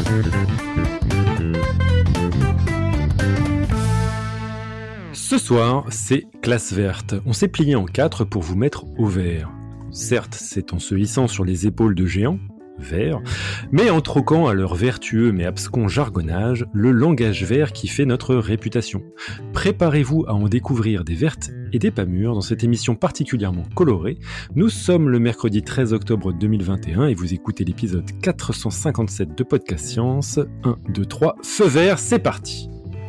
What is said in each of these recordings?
Ce soir, c'est classe verte. On s'est plié en 4 pour vous mettre au vert. Certes, c'est en se hissant sur les épaules de géants, verts, mais en troquant à leur vertueux mais abscons jargonnage le langage vert qui fait notre réputation. Préparez-vous à en découvrir des vertes et des pas mûres dans cette émission particulièrement colorée. Nous sommes le mercredi 13 octobre 2021 et vous écoutez l'épisode 457 de Podcast Science. 1, 2, 3, feu vert, c'est parti!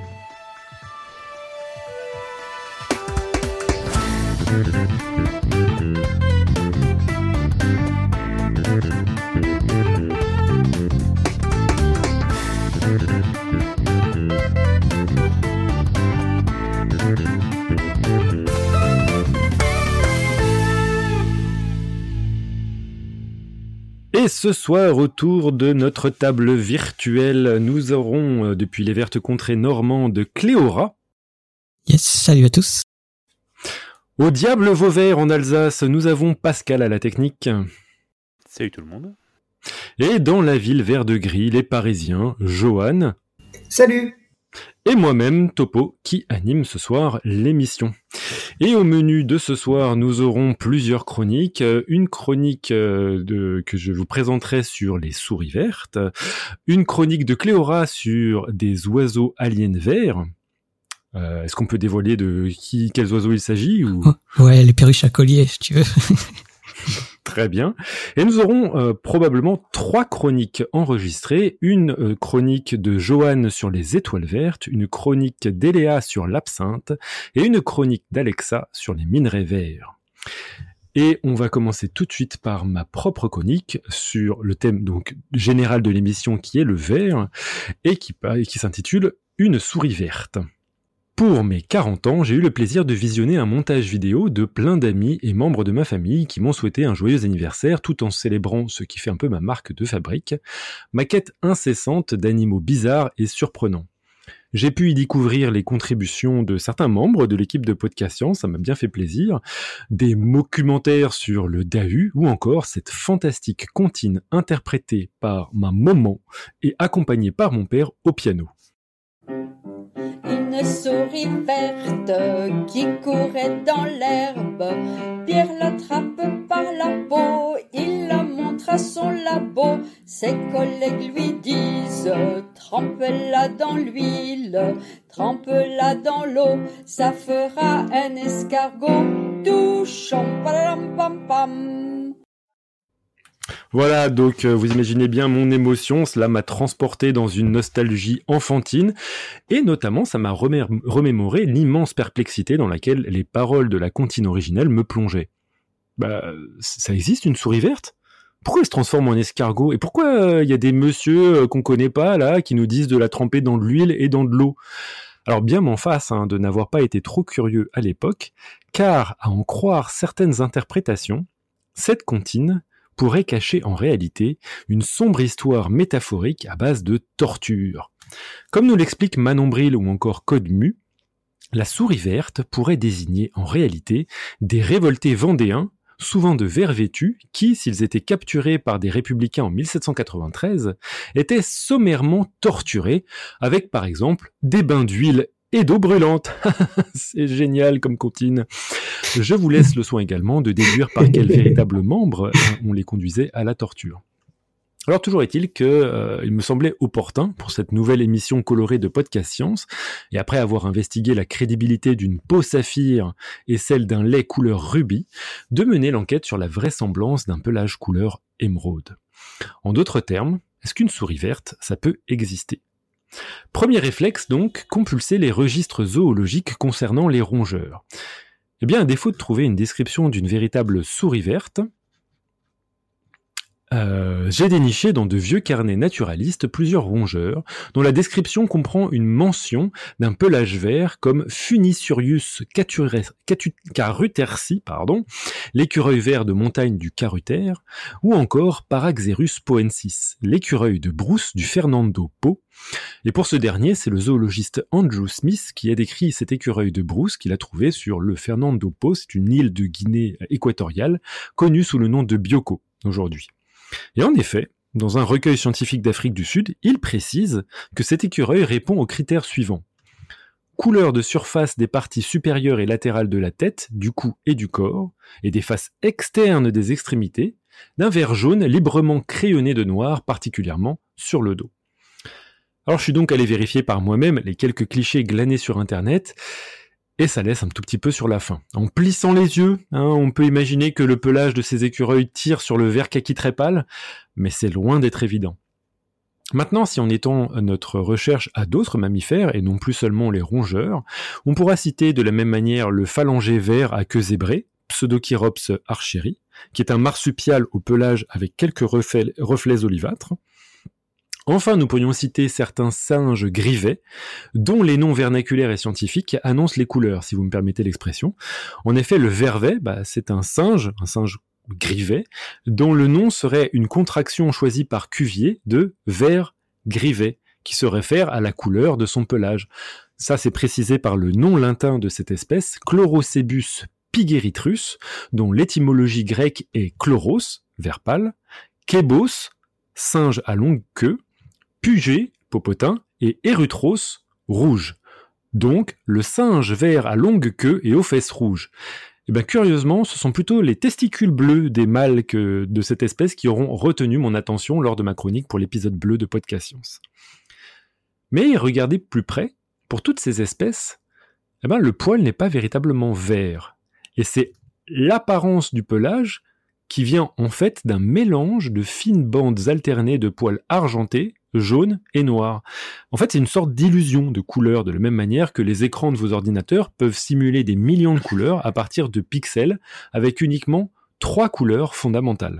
Et ce soir, autour de notre table virtuelle, nous aurons, depuis les vertes contrées normandes, Cléora. Yes, salut à tous. Au diable Vauvert en Alsace, nous avons Pascal à la technique. Salut tout le monde. Et dans la ville vert de gris, les Parisiens, Johan. Salut. Et moi-même, Topo, qui anime ce soir l'émission. Et au menu de ce soir, nous aurons plusieurs chroniques. Une chronique que je vous présenterai sur les souris vertes. Une chronique de Cléora sur des oiseaux aliens verts. Est-ce qu'on peut dévoiler de quels oiseaux il s'agit ou... Ouais, les perruches à collier, si tu veux. Très bien. Et nous aurons probablement 3 chroniques enregistrées. Une chronique de Johan sur les étoiles vertes, une chronique d'Eléa sur l'absinthe et une chronique d'Alexa sur les minerais verts. Et on va commencer tout de suite par ma propre chronique sur le thème donc général de l'émission qui est le vert et qui s'intitule « Une souris verte ». Pour mes 40 ans, j'ai eu le plaisir de visionner un montage vidéo de plein d'amis et membres de ma famille qui m'ont souhaité un joyeux anniversaire tout en célébrant ce qui fait un peu ma marque de fabrique, ma quête incessante d'animaux bizarres et surprenants. J'ai pu y découvrir les contributions de certains membres de l'équipe de Podcast Science, ça m'a bien fait plaisir, des documentaires sur le Dahu ou encore cette fantastique comptine interprétée par ma maman et accompagnée par mon père au piano. Une souris verte qui courait dans l'herbe. Pierre l'attrape par la peau, il la montre à son labo. Ses collègues lui disent « Trempe-la dans l'huile, trempe-la dans l'eau, ça fera un escargot touchant, pam pam pam ». Voilà, donc vous imaginez bien mon émotion, cela m'a transporté dans une nostalgie enfantine, et notamment ça m'a remémoré l'immense perplexité dans laquelle les paroles de la comptine originelle me plongeaient. Ça existe une souris verte ? Pourquoi elle se transforme en escargot ? Et pourquoi il y a des messieurs qu'on connaît pas là, qui nous disent de la tremper dans de l'huile et dans de l'eau ? Alors bien m'en fasse de n'avoir pas été trop curieux à l'époque, car à en croire certaines interprétations, cette comptine pourrait cacher en réalité une sombre histoire métaphorique à base de torture. Comme nous l'explique Manon Bril ou encore Code Mu, la souris verte pourrait désigner en réalité des révoltés vendéens, souvent de verts vêtus, qui, s'ils étaient capturés par des républicains en 1793, étaient sommairement torturés, avec par exemple des bains d'huile et d'eau brûlante. C'est génial comme comptine. Je vous laisse le soin également de déduire par quels véritables membres on les conduisait à la torture. Alors toujours est-il que il me semblait opportun pour cette nouvelle émission colorée de Podcast Science, et après avoir investigué la crédibilité d'une peau saphir et celle d'un lait couleur rubis, de mener l'enquête sur la vraisemblance d'un pelage couleur émeraude. En d'autres termes, est-ce qu'une souris verte, ça peut exister ? Premier réflexe donc, compulser les registres zoologiques concernant les rongeurs. Eh bien, à défaut de trouver une description d'une véritable souris verte, j'ai déniché dans de vieux carnets naturalistes plusieurs rongeurs dont la description comprend une mention d'un pelage vert comme Funicurius caruterci, l'écureuil vert de montagne du Caruter, ou encore Paraxerus poensis, l'écureuil de brousse du Fernando Po. Et pour ce dernier, c'est le zoologiste Andrew Smith qui a décrit cet écureuil de brousse qu'il a trouvé sur le Fernando Po, c'est une île de Guinée équatoriale connue sous le nom de Bioko aujourd'hui. Et en effet, dans un recueil scientifique d'Afrique du Sud, il précise que cet écureuil répond aux critères suivants. Couleur de surface des parties supérieures et latérales de la tête, du cou et du corps, et des faces externes des extrémités, d'un vert jaune librement crayonné de noir, particulièrement sur le dos. Alors je suis donc allé vérifier par moi-même les quelques clichés glanés sur internet, et ça laisse un tout petit peu sur la faim. En plissant les yeux, on peut imaginer que le pelage de ces écureuils tire sur le vert kaki très pâle, mais c'est loin d'être évident. Maintenant, si on étend notre recherche à d'autres mammifères, et non plus seulement les rongeurs, on pourra citer de la même manière le phalangé vert à queue zébrée, Pseudochirops archeri, qui est un marsupial au pelage avec quelques reflets olivâtres. Enfin, nous pourrions citer certains singes grivets, dont les noms vernaculaires et scientifiques annoncent les couleurs, si vous me permettez l'expression. En effet, le vervet, c'est un singe grivet, dont le nom serait une contraction choisie par Cuvier de vert grivet, qui se réfère à la couleur de son pelage. Ça, c'est précisé par le nom latin de cette espèce, Chlorocebus pigueritrus, dont l'étymologie grecque est chloros, vert pâle, kébos, singe à longue queue, pugé, popotin, et érutros, rouge. Donc, le singe vert à longue queue et aux fesses rouges. Et bien curieusement, ce sont plutôt les testicules bleus des mâles de cette espèce qui auront retenu mon attention lors de ma chronique pour l'épisode bleu de Podcast Science. Mais regardez plus près, pour toutes ces espèces, le poil n'est pas véritablement vert. Et c'est l'apparence du pelage qui vient en fait d'un mélange de fines bandes alternées de poils argentés, jaune et noir. En fait, c'est une sorte d'illusion de couleurs, de la même manière que les écrans de vos ordinateurs peuvent simuler des millions de couleurs à partir de pixels avec uniquement 3 couleurs fondamentales.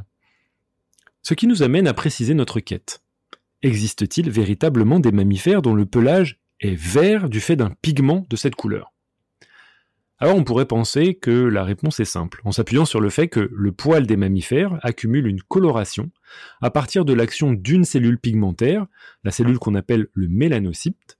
Ce qui nous amène à préciser notre quête. Existe-t-il véritablement des mammifères dont le pelage est vert du fait d'un pigment de cette couleur ? Alors on pourrait penser que la réponse est simple, en s'appuyant sur le fait que le poil des mammifères accumule une coloration à partir de l'action d'une cellule pigmentaire, la cellule qu'on appelle le mélanocyte,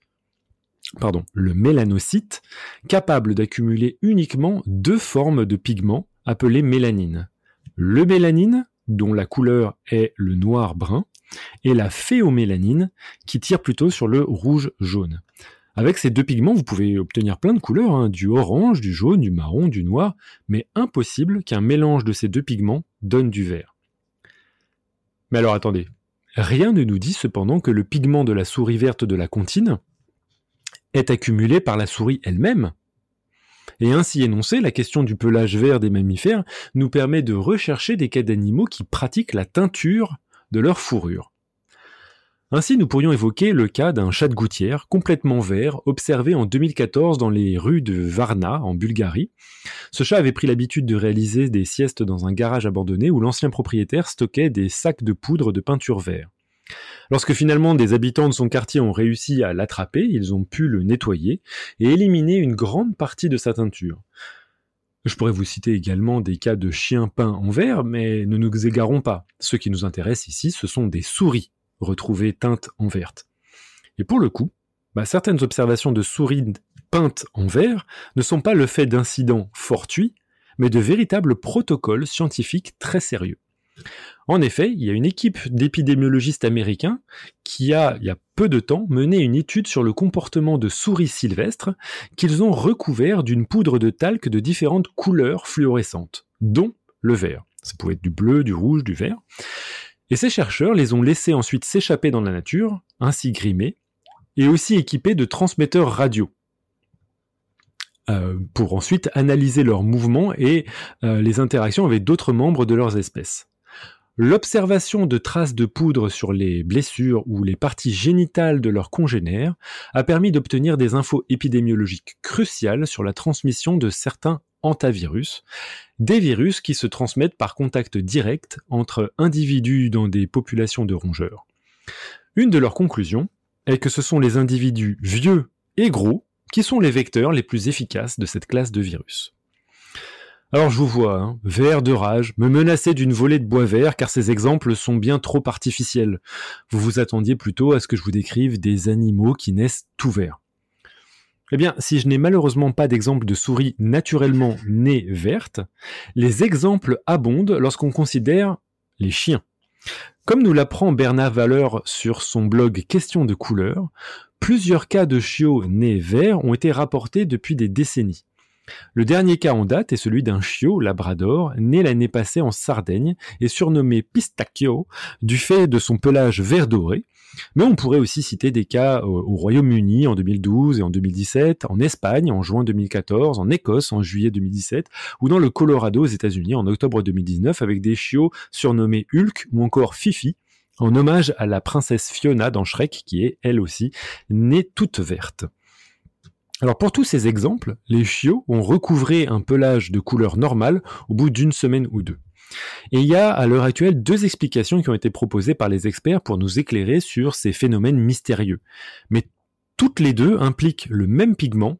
capable d'accumuler uniquement 2 formes de pigments appelées mélanine. Le mélanine, dont la couleur est le noir-brun, et la phéomélanine, qui tire plutôt sur le rouge-jaune. Avec ces 2 pigments, vous pouvez obtenir plein de couleurs, du orange, du jaune, du marron, du noir, mais impossible qu'un mélange de ces 2 pigments donne du vert. Mais alors attendez, rien ne nous dit cependant que le pigment de la souris verte de la contine est accumulé par la souris elle-même. Et ainsi énoncé, la question du pelage vert des mammifères nous permet de rechercher des cas d'animaux qui pratiquent la teinture de leur fourrure. Ainsi, nous pourrions évoquer le cas d'un chat de gouttière complètement vert observé en 2014 dans les rues de Varna, en Bulgarie. Ce chat avait pris l'habitude de réaliser des siestes dans un garage abandonné où l'ancien propriétaire stockait des sacs de poudre de peinture vert. Lorsque finalement des habitants de son quartier ont réussi à l'attraper, ils ont pu le nettoyer et éliminer une grande partie de sa teinture. Je pourrais vous citer également des cas de chiens peints en vert, mais ne nous égarons pas. Ce qui nous intéresse ici, ce sont des souris retrouvées teintes en verte. Et pour le coup, certaines observations de souris peintes en vert ne sont pas le fait d'incidents fortuits, mais de véritables protocoles scientifiques très sérieux. En effet, il y a une équipe d'épidémiologistes américains qui a, il y a peu de temps, mené une étude sur le comportement de souris sylvestres qu'ils ont recouvert d'une poudre de talc de différentes couleurs fluorescentes, dont le vert. Ça pouvait être du bleu, du rouge, du vert. Et ces chercheurs les ont laissés ensuite s'échapper dans la nature, ainsi grimés, et aussi équipés de transmetteurs radio, pour ensuite analyser leurs mouvements et les interactions avec d'autres membres de leurs espèces. L'observation de traces de poudre sur les blessures ou les parties génitales de leurs congénères a permis d'obtenir des infos épidémiologiques cruciales sur la transmission de certains hantavirus, des virus qui se transmettent par contact direct entre individus dans des populations de rongeurs. Une de leurs conclusions est que ce sont les individus vieux et gros qui sont les vecteurs les plus efficaces de cette classe de virus. Alors je vous vois, vert de rage, me menacer d'une volée de bois vert car ces exemples sont bien trop artificiels. Vous vous attendiez plutôt à ce que je vous décrive des animaux qui naissent tout verts. Eh bien, si je n'ai malheureusement pas d'exemple de souris naturellement nées vertes, les exemples abondent lorsqu'on considère les chiens. Comme nous l'apprend Bernard Valeur sur son blog Question de couleur, plusieurs cas de chiots nés verts ont été rapportés depuis des décennies. Le dernier cas en date est celui d'un chiot labrador né l'année passée en Sardaigne et surnommé Pistachio du fait de son pelage vert doré. Mais on pourrait aussi citer des cas au Royaume-Uni en 2012 et en 2017, en Espagne en juin 2014, en Écosse en juillet 2017 ou dans le Colorado aux États-Unis en octobre 2019 avec des chiots surnommés Hulk ou encore Fifi en hommage à la princesse Fiona dans Shrek qui est elle aussi née toute verte. Alors pour tous ces exemples, les chiots ont recouvré un pelage de couleur normale au bout d'une semaine ou deux. Et il y a à l'heure actuelle 2 explications qui ont été proposées par les experts pour nous éclairer sur ces phénomènes mystérieux. Mais toutes les 2 impliquent le même pigment,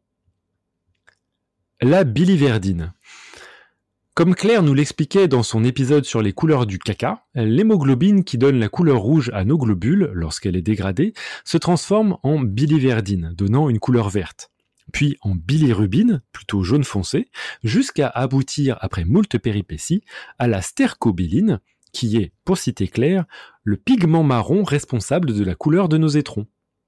la biliverdine. Comme Claire nous l'expliquait dans son épisode sur les couleurs du caca, l'hémoglobine qui donne la couleur rouge à nos globules, lorsqu'elle est dégradée, se transforme en biliverdine, donnant une couleur verte. Puis en bilirubine, plutôt jaune foncé, jusqu'à aboutir, après moult péripéties, à la stercobiline, qui est, pour citer Claire, le pigment marron responsable de la couleur de nos étrons.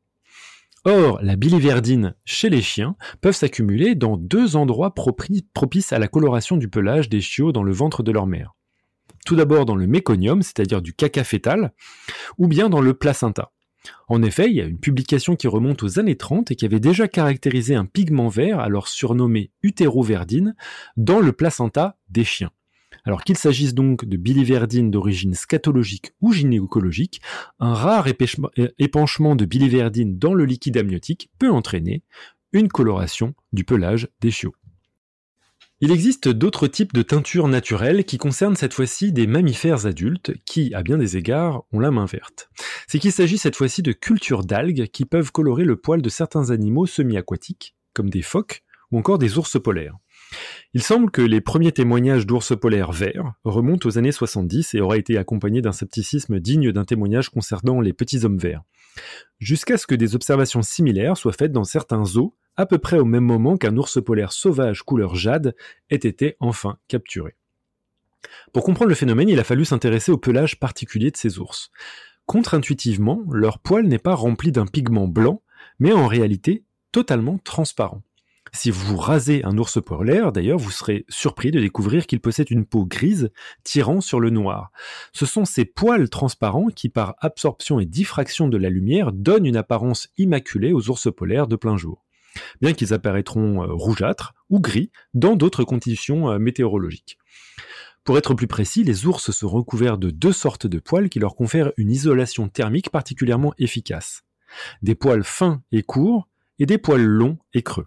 Or, la biliverdine chez les chiens peuvent s'accumuler dans 2 endroits propices à la coloration du pelage des chiots dans le ventre de leur mère. Tout d'abord dans le méconium, c'est-à-dire du caca fœtal, ou bien dans le placenta. En effet, il y a une publication qui remonte aux années 30 et qui avait déjà caractérisé un pigment vert, alors surnommé utéroverdine, dans le placenta des chiens. Alors qu'il s'agisse donc de biliverdine d'origine scatologique ou gynécologique, un rare épanchement de biliverdine dans le liquide amniotique peut entraîner une coloration du pelage des chiots. Il existe d'autres types de teintures naturelles qui concernent cette fois-ci des mammifères adultes qui, à bien des égards, ont la main verte. C'est qu'il s'agit cette fois-ci de cultures d'algues qui peuvent colorer le poil de certains animaux semi-aquatiques, comme des phoques ou encore des ours polaires. Il semble que les premiers témoignages d'ours polaires verts remontent aux années 70 et auraient été accompagnés d'un scepticisme digne d'un témoignage concernant les petits hommes verts. Jusqu'à ce que des observations similaires soient faites dans certains zoos, à peu près au même moment qu'un ours polaire sauvage couleur jade ait été enfin capturé. Pour comprendre le phénomène, il a fallu s'intéresser au pelage particulier de ces ours. Contre-intuitivement, leur poil n'est pas rempli d'un pigment blanc, mais en réalité totalement transparent. Si vous rasez un ours polaire, d'ailleurs, vous serez surpris de découvrir qu'il possède une peau grise tirant sur le noir. Ce sont ces poils transparents qui, par absorption et diffraction de la lumière, donnent une apparence immaculée aux ours polaires de plein jour, bien qu'ils apparaîtront rougeâtres ou gris dans d'autres conditions météorologiques. Pour être plus précis, les ours sont recouverts de 2 sortes de poils qui leur confèrent une isolation thermique particulièrement efficace. Des poils fins et courts et des poils longs et creux.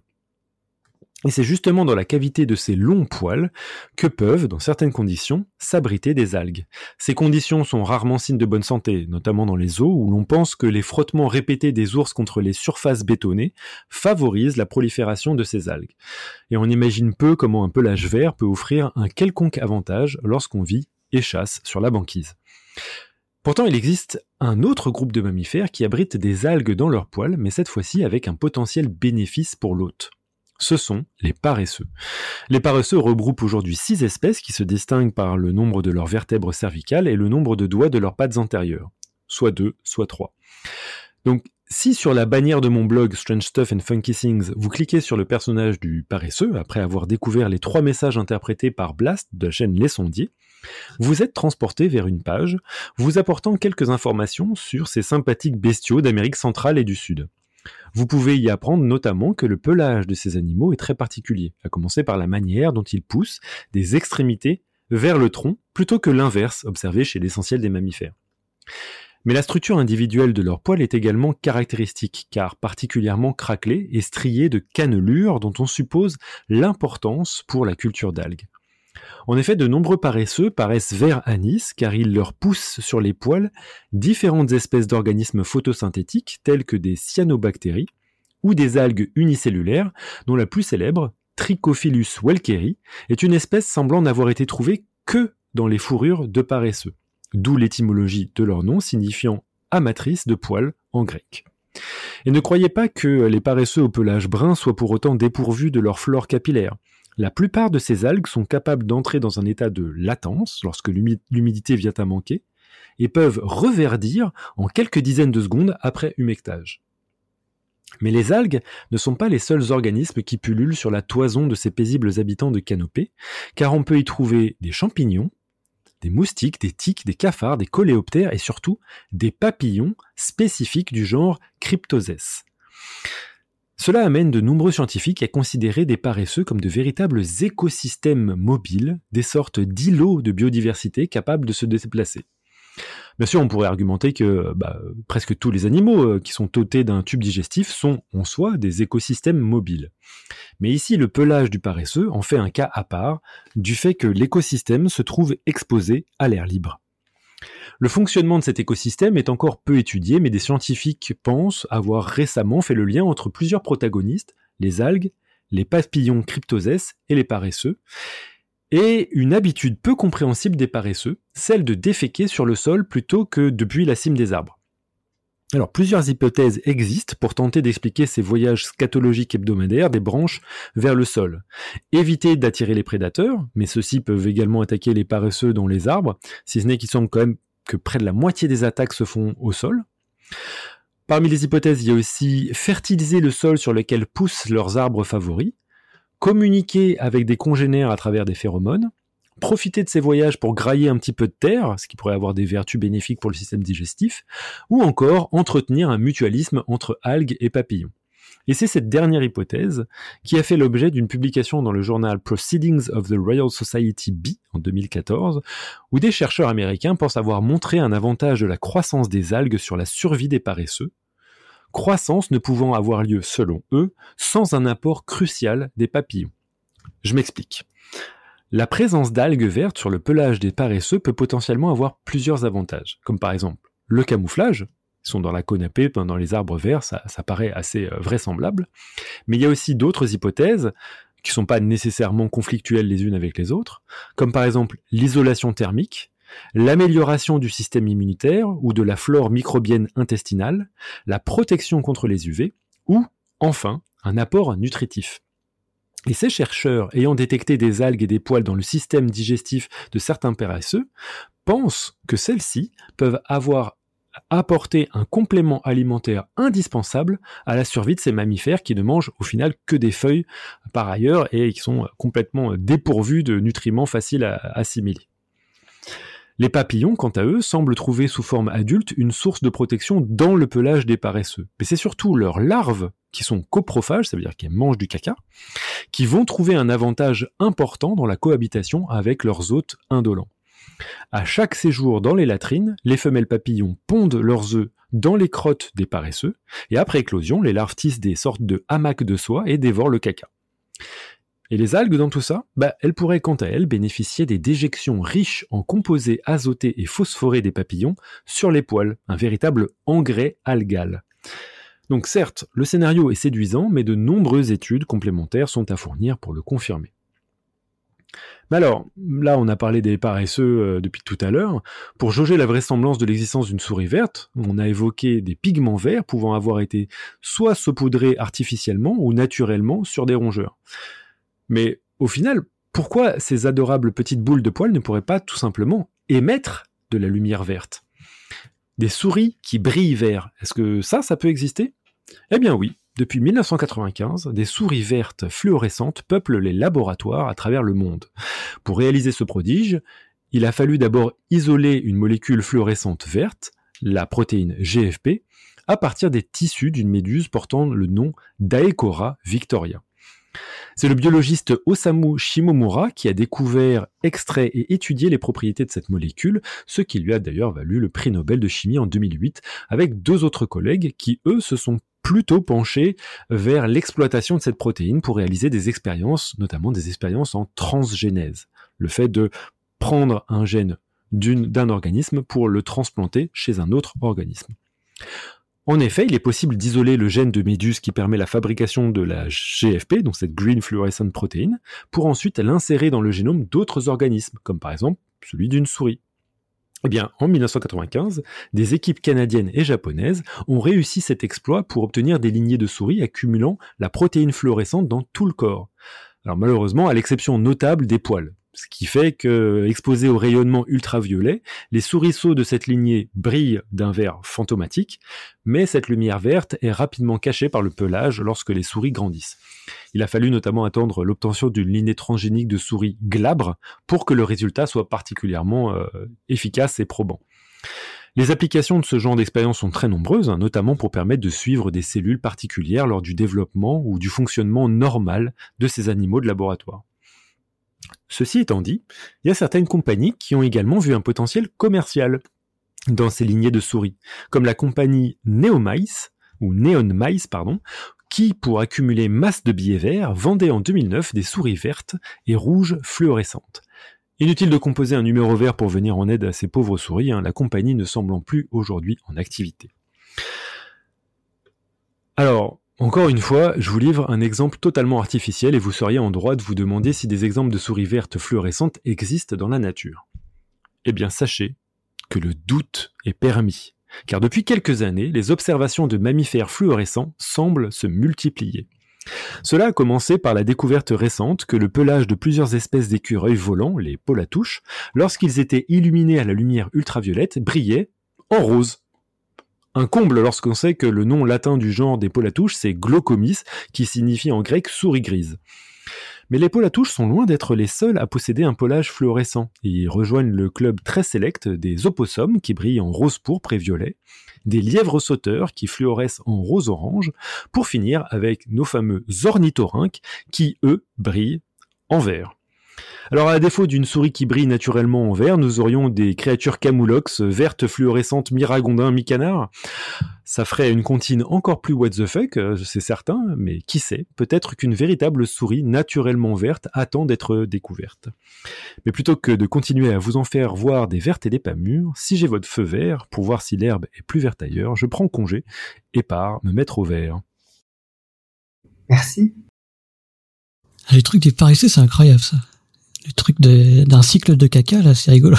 Et c'est justement dans la cavité de ces longs poils que peuvent, dans certaines conditions, s'abriter des algues. Ces conditions sont rarement signes de bonne santé, notamment dans les zoos où l'on pense que les frottements répétés des ours contre les surfaces bétonnées favorisent la prolifération de ces algues. Et on imagine peu comment un pelage vert peut offrir un quelconque avantage lorsqu'on vit et chasse sur la banquise. Pourtant, il existe un autre groupe de mammifères qui abritent des algues dans leurs poils, mais cette fois-ci avec un potentiel bénéfice pour l'hôte. Ce sont les paresseux. Les paresseux regroupent aujourd'hui 6 espèces qui se distinguent par le nombre de leurs vertèbres cervicales et le nombre de doigts de leurs pattes antérieures, soit 2, soit 3. Donc, si sur la bannière de mon blog Strange Stuff and Funky Things, vous cliquez sur le personnage du paresseux, après avoir découvert les 3 messages interprétés par Blast de la chaîne Les Sondiers, vous êtes transporté vers une page vous apportant quelques informations sur ces sympathiques bestiaux d'Amérique centrale et du Sud. Vous pouvez y apprendre notamment que le pelage de ces animaux est très particulier, à commencer par la manière dont ils poussent des extrémités vers le tronc, plutôt que l'inverse observé chez l'essentiel des mammifères. Mais la structure individuelle de leur poil est également caractéristique, car particulièrement craquelée et striée de cannelures dont on suppose l'importance pour la culture d'algues. En effet, de nombreux paresseux paraissent vert anis car il leur pousse sur les poils différentes espèces d'organismes photosynthétiques tels que des cyanobactéries ou des algues unicellulaires dont la plus célèbre, Trichophilus welkeri, est une espèce semblant n'avoir été trouvée que dans les fourrures de paresseux, d'où l'étymologie de leur nom signifiant amatrice de poils en grec. Et ne croyez pas que les paresseux au pelage brun soient pour autant dépourvus de leur flore capillaire. La plupart de ces algues sont capables d'entrer dans un état de latence lorsque l'humidité vient à manquer et peuvent reverdir en quelques dizaines de secondes après humectage. Mais les algues ne sont pas les seuls organismes qui pullulent sur la toison de ces paisibles habitants de canopée, car on peut y trouver des champignons, des moustiques, des tiques, des cafards, des coléoptères et surtout des papillons spécifiques du genre Cryptosès. Cela amène de nombreux scientifiques à considérer des paresseux comme de véritables écosystèmes mobiles, des sortes d'îlots de biodiversité capables de se déplacer. Bien sûr, on pourrait argumenter que presque tous les animaux qui sont dotés d'un tube digestif sont en soi des écosystèmes mobiles. Mais ici, le pelage du paresseux en fait un cas à part, du fait que l'écosystème se trouve exposé à l'air libre. Le fonctionnement de cet écosystème est encore peu étudié, mais des scientifiques pensent avoir récemment fait le lien entre plusieurs protagonistes, les algues, les papillons Cryptosès et les paresseux, et une habitude peu compréhensible des paresseux, celle de déféquer sur le sol plutôt que depuis la cime des arbres. Alors, plusieurs hypothèses existent pour tenter d'expliquer ces voyages scatologiques hebdomadaires des branches vers le sol. Éviter d'attirer les prédateurs, mais ceux-ci peuvent également attaquer les paresseux dans les arbres, si ce n'est qu'il semble quand même que près de la moitié des attaques se font au sol. Parmi les hypothèses, il y a aussi fertiliser le sol sur lequel poussent leurs arbres favoris, communiquer avec des congénères à travers des phéromones, profiter de ces voyages pour grailler un petit peu de terre, ce qui pourrait avoir des vertus bénéfiques pour le système digestif, ou encore entretenir un mutualisme entre algues et papillons. Et c'est cette dernière hypothèse qui a fait l'objet d'une publication dans le journal Proceedings of the Royal Society B en 2014, où des chercheurs américains pensent avoir montré un avantage de la croissance des algues sur la survie des paresseux, croissance ne pouvant avoir lieu, selon eux, sans un apport crucial des papillons. Je m'explique. La présence d'algues vertes sur le pelage des paresseux peut potentiellement avoir plusieurs avantages, comme par exemple le camouflage. Ils sont dans la canopée, dans les arbres verts, ça paraît assez vraisemblable. Mais il y a aussi d'autres hypothèses qui ne sont pas nécessairement conflictuelles les unes avec les autres, comme par exemple l'isolation thermique, l'amélioration du système immunitaire ou de la flore microbienne intestinale, la protection contre les UV, ou, enfin, un apport nutritif. Et ces chercheurs, ayant détecté des algues et des poils dans le système digestif de certains paresseux, pensent que celles-ci peuvent avoir apporté un complément alimentaire indispensable à la survie de ces mammifères qui ne mangent au final que des feuilles par ailleurs et qui sont complètement dépourvus de nutriments faciles à assimiler. Les papillons, quant à eux, semblent trouver sous forme adulte une source de protection dans le pelage des paresseux. Mais c'est surtout leurs larves, qui sont coprophages, ça veut dire qu'elles mangent du caca, qui vont trouver un avantage important dans la cohabitation avec leurs hôtes indolents. À chaque séjour dans les latrines, les femelles papillons pondent leurs œufs dans les crottes des paresseux, et après éclosion, les larves tissent des sortes de hamacs de soie et dévorent le caca. Et les algues dans tout ça, elles pourraient quant à elles bénéficier des déjections riches en composés azotés et phosphorés des papillons sur les poils, un véritable engrais algal. Donc certes, le scénario est séduisant, mais de nombreuses études complémentaires sont à fournir pour le confirmer. Mais alors, là on a parlé des paresseux depuis tout à l'heure. Pour jauger la vraisemblance de l'existence d'une souris verte, on a évoqué des pigments verts pouvant avoir été soit saupoudrés artificiellement ou naturellement sur des rongeurs. Mais au final, pourquoi ces adorables petites boules de poils ne pourraient pas tout simplement émettre de la lumière verte ? Des souris qui brillent vert, est-ce que ça peut exister ? Eh bien oui, depuis 1995, des souris vertes fluorescentes peuplent les laboratoires à travers le monde. Pour réaliser ce prodige, il a fallu d'abord isoler une molécule fluorescente verte, la protéine GFP, à partir des tissus d'une méduse portant le nom d'Aecora victoria. C'est le biologiste Osamu Shimomura qui a découvert, extrait et étudié les propriétés de cette molécule, ce qui lui a d'ailleurs valu le prix Nobel de chimie en 2008, avec deux autres collègues qui, eux, se sont plutôt penchés vers l'exploitation de cette protéine pour réaliser des expériences, notamment des expériences en transgénèse. Le fait de prendre un gène d'un organisme pour le transplanter chez un autre organisme. En effet, il est possible d'isoler le gène de méduse qui permet la fabrication de la GFP, donc cette Green Fluorescent Protein, pour ensuite l'insérer dans le génome d'autres organismes, comme par exemple celui d'une souris. Eh bien, en 1995, des équipes canadiennes et japonaises ont réussi cet exploit pour obtenir des lignées de souris accumulant la protéine fluorescente dans tout le corps. Alors malheureusement, à l'exception notable des poils. Ce qui fait que, exposés au rayonnement ultraviolet, les souriceaux de cette lignée brillent d'un vert fantomatique, mais cette lumière verte est rapidement cachée par le pelage lorsque les souris grandissent. Il a fallu notamment attendre l'obtention d'une lignée transgénique de souris glabres pour que le résultat soit particulièrement efficace et probant. Les applications de ce genre d'expérience sont très nombreuses, notamment pour permettre de suivre des cellules particulières lors du développement ou du fonctionnement normal de ces animaux de laboratoire. Ceci étant dit, il y a certaines compagnies qui ont également vu un potentiel commercial dans ces lignées de souris, comme la compagnie Neon Mice, qui, pour accumuler masse de billets verts, vendait en 2009 des souris vertes et rouges fluorescentes. Inutile de composer un numéro vert pour venir en aide à ces pauvres souris, la compagnie ne semblant plus aujourd'hui en activité. Alors, encore une fois, je vous livre un exemple totalement artificiel et vous seriez en droit de vous demander si des exemples de souris vertes fluorescentes existent dans la nature. Eh bien, sachez que le doute est permis, car depuis quelques années, les observations de mammifères fluorescents semblent se multiplier. Cela a commencé par la découverte récente que le pelage de plusieurs espèces d'écureuils volants, les polatouches, lorsqu'ils étaient illuminés à la lumière ultraviolette, brillaient en rose. Un comble lorsqu'on sait que le nom latin du genre des polatouches, c'est Glaucomis, qui signifie en grec souris grise. Mais les polatouches sont loin d'être les seuls à posséder un pelage fluorescent. Ils rejoignent le club très sélect des opossums qui brillent en rose pourpre et violet, des lièvres sauteurs qui fluorescent en rose-orange, pour finir avec nos fameux ornithorynques qui, eux, brillent en vert. Alors à défaut d'une souris qui brille naturellement en vert, nous aurions des créatures camoulox, vertes fluorescentes mi-ragondin, mi-canard. Ça ferait une comptine encore plus what the fuck, c'est certain, mais qui sait, peut-être qu'une véritable souris naturellement verte attend d'être découverte. Mais plutôt que de continuer à vous en faire voir des vertes et des pas mûres, si j'ai votre feu vert pour voir si l'herbe est plus verte ailleurs, je prends congé et pars me mettre au vert. Merci. Les trucs des paresseux, c'est incroyable ça. Le truc d'un cycle de caca, là, c'est rigolo.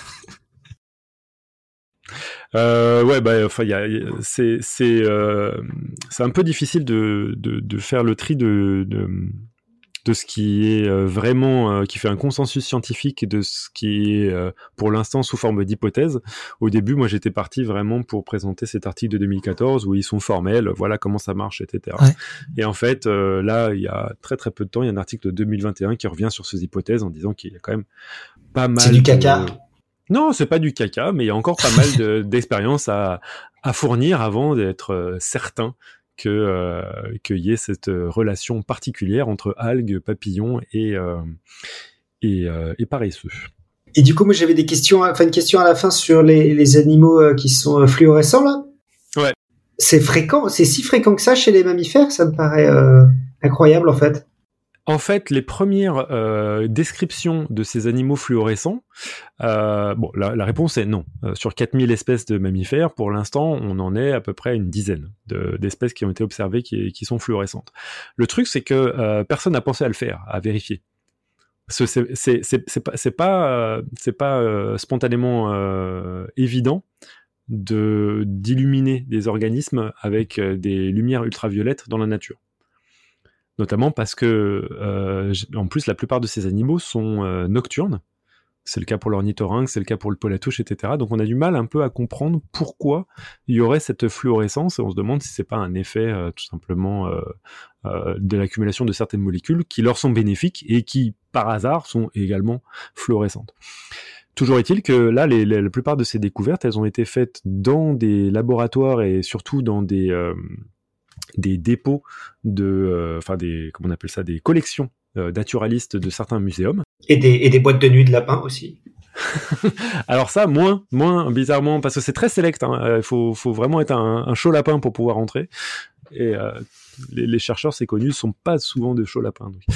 C'est un peu difficile de faire le tri de ce qui est vraiment, qui fait un consensus scientifique et de ce qui est pour l'instant sous forme d'hypothèse. Au début, moi, j'étais parti vraiment pour présenter cet article de 2014 où ils sont formels, voilà comment ça marche, etc. Ouais. Et en fait, là, il y a très très peu de temps, il y a un article de 2021 qui revient sur ces hypothèses en disant qu'il y a quand même pas mal. C'est du caca. Non, c'est pas du caca, mais il y a encore pas mal d'expériences à fournir avant d'être certain qu'il y ait cette relation particulière entre algues, papillons et paresseux. Et du coup, moi, j'avais une question à la fin sur les animaux qui sont fluorescents, là. Ouais. C'est fréquent, c'est si fréquent que ça chez les mammifères, ça me paraît incroyable, en fait. En fait, les premières descriptions de ces animaux fluorescents, la réponse est non. Sur 4000 espèces de mammifères, pour l'instant, on en est à peu près une dizaine d'espèces qui ont été observées qui sont fluorescentes. Le truc, c'est que personne n'a pensé à le faire, à vérifier. C'est pas spontanément évident d'illuminer des organismes avec des lumières ultraviolettes dans la nature. Notamment parce que, en plus, la plupart de ces animaux sont nocturnes. C'est le cas pour l'ornithorynque, c'est le cas pour le polatouche, etc. Donc on a du mal un peu à comprendre pourquoi il y aurait cette fluorescence, et on se demande si c'est pas un effet tout simplement de l'accumulation de certaines molécules qui leur sont bénéfiques et qui, par hasard, sont également fluorescentes. Toujours est-il que là, la plupart de ces découvertes, elles ont été faites dans des laboratoires et surtout dans des dépôts comment on appelle ça, des collections naturalistes de certains muséums. Et des boîtes de nuit de lapins aussi. Alors ça, moins bizarrement, parce que c'est très select. Il faut vraiment être un chaud lapin pour pouvoir entrer. Et les chercheurs, c'est connu, ne sont pas souvent de chauds lapins. Donc.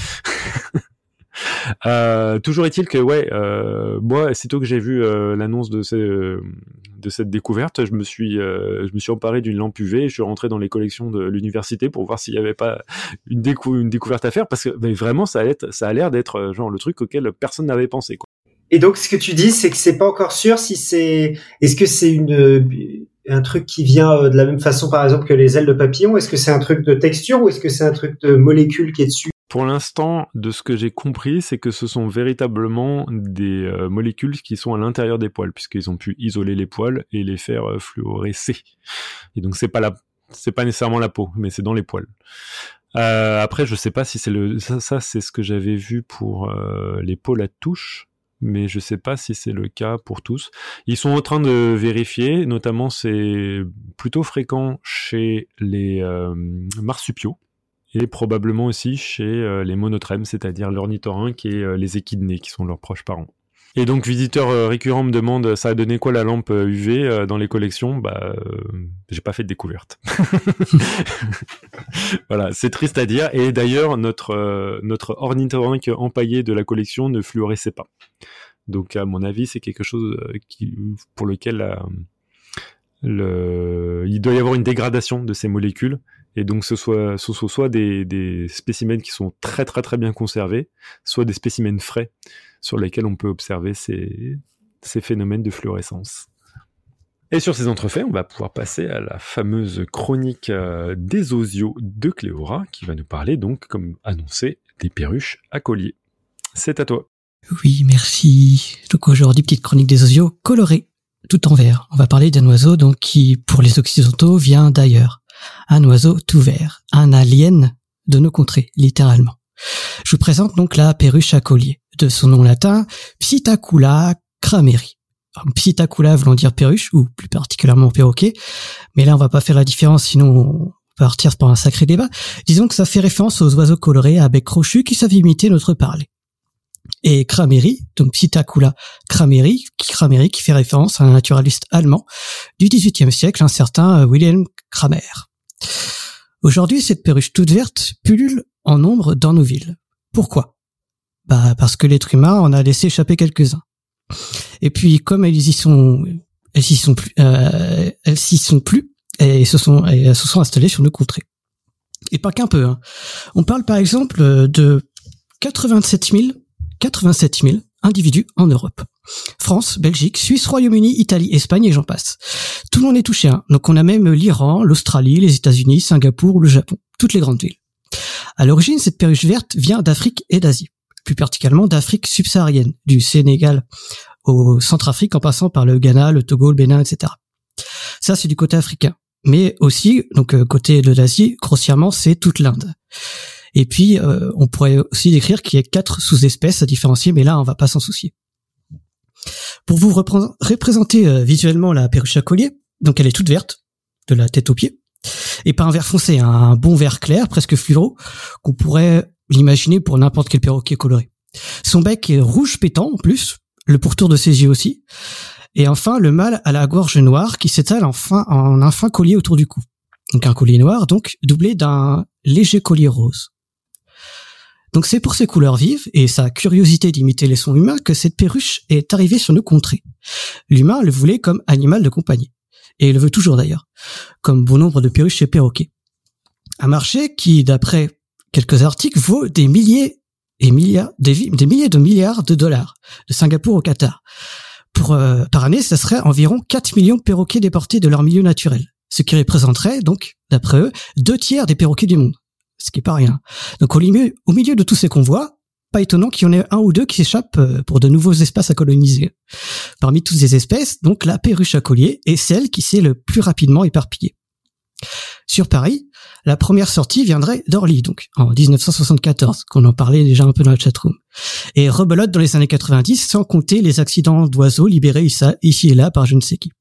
Toujours est-il que moi, sitôt que j'ai vu l'annonce de cette découverte, je me suis emparé d'une lampe UV et je suis rentré dans les collections de l'université pour voir s'il n'y avait pas une découverte à faire, parce que vraiment ça a l'air d'être genre le truc auquel personne n'avait pensé, quoi. Et donc ce que tu dis, c'est que c'est pas encore sûr si est-ce que c'est un truc qui vient de la même façon, par exemple, que les ailes de papillon? Est-ce que c'est un truc de texture ou est-ce que c'est un truc de molécule qui est dessus? pour l'instant, de ce que j'ai compris, c'est que ce sont véritablement des molécules qui sont à l'intérieur des poils, puisqu'ils ont pu isoler les poils et les faire fluorescer. Et donc c'est pas nécessairement la peau, mais c'est dans les poils. Après, je sais pas si c'est ça c'est ce que j'avais vu pour les peaux à touche, mais je sais pas si c'est le cas pour tous. Ils sont en train de vérifier, notamment c'est plutôt fréquent chez les marsupiaux. Et probablement aussi chez les monotrèmes, c'est-à-dire l'ornithorynque et les échidnés, qui sont leurs proches parents. Et donc, visiteur récurrent me demande, ça a donné quoi la lampe UV dans les collections ? J'ai pas fait de découverte. Voilà, c'est triste à dire. Et d'ailleurs, notre ornithorynque empaillé de la collection ne fluorescait pas. Donc, à mon avis, c'est quelque chose pour lequel il doit y avoir une dégradation de ces molécules. Et donc ce soit des spécimens qui sont très très très bien conservés, soit des spécimens frais sur lesquels on peut observer ces phénomènes de fluorescence. Et sur ces entrefaits, on va pouvoir passer à la fameuse chronique des osios de Cléora, qui va nous parler donc, comme annoncé, des perruches à collier. C'est à toi. Oui, merci. Donc aujourd'hui, petite chronique des osios colorés, tout en vert. On va parler d'un oiseau donc qui, pour les occidentaux, vient d'ailleurs. Un oiseau tout vert, un alien de nos contrées, littéralement. Je vous présente donc la perruche à collier, de son nom latin Psittacula crameri. Psittacula voulant dire perruche, ou plus particulièrement perroquet, mais là on va pas faire la différence, sinon on va partir pour un sacré débat. Disons que ça fait référence aux oiseaux colorés à bec crochu qui savent imiter notre parler. Et crameri, donc Psittacula crameri qui fait référence à un naturaliste allemand du XVIIIe siècle, un certain Wilhelm Kramer. Aujourd'hui, cette perruche toute verte pullule en nombre dans nos villes. Pourquoi ? Parce que l'être humain en a laissé échapper quelques-uns. Et puis, comme elles s'y sont plus, et se sont installées sur nos contrées. Et pas qu'un peu, hein. On parle par exemple de 87 000 individus en Europe. France, Belgique, Suisse, Royaume-Uni, Italie, Espagne et j'en passe. Tout le monde est touché, hein. Donc on a même l'Iran, l'Australie, les États-Unis, Singapour ou le Japon. Toutes les grandes villes. À l'origine, cette perruche verte vient d'Afrique et d'Asie. Plus particulièrement d'Afrique subsaharienne, du Sénégal au Centrafrique en passant par le Ghana, le Togo, le Bénin, etc. Ça, c'est du côté africain. Mais aussi, donc côté de l'Asie, grossièrement, c'est toute l'Inde. Et puis, on pourrait aussi décrire qu'il y a 4 sous-espèces à différencier, mais là, on va pas s'en soucier. Pour vous représenter visuellement la perruche à collier, donc elle est toute verte, de la tête aux pieds, et pas un vert foncé, un bon vert clair, presque fluo, qu'on pourrait l'imaginer pour n'importe quel perroquet coloré. Son bec est rouge pétant en plus, le pourtour de ses yeux aussi, et enfin le mâle a la gorge noire qui s'étale en un fin collier autour du cou. Donc un collier noir, donc doublé d'un léger collier rose. Donc c'est pour ses couleurs vives et sa curiosité d'imiter les sons humains que cette perruche est arrivée sur nos contrées. L'humain le voulait comme animal de compagnie. Et il le veut toujours d'ailleurs, comme bon nombre de perruches et perroquets. Un marché qui, d'après quelques articles, vaut des milliers de milliards de dollars, de Singapour au Qatar. Par année, ça serait environ 4 millions de perroquets déportés de leur milieu naturel. Ce qui représenterait, donc, d'après eux, 2/3 des perroquets du monde. Ce qui est pas rien. Donc au milieu de tous ces convois, pas étonnant qu'il y en ait un ou deux qui s'échappent pour de nouveaux espaces à coloniser. Parmi toutes ces espèces, donc la perruche à collier est celle qui s'est le plus rapidement éparpillée. Sur Paris, la première sortie viendrait d'Orly, donc en 1974, qu'on en parlait déjà un peu dans la chatroom, et rebelote dans les années 90, sans compter les accidents d'oiseaux libérés ici et là par je ne sais qui.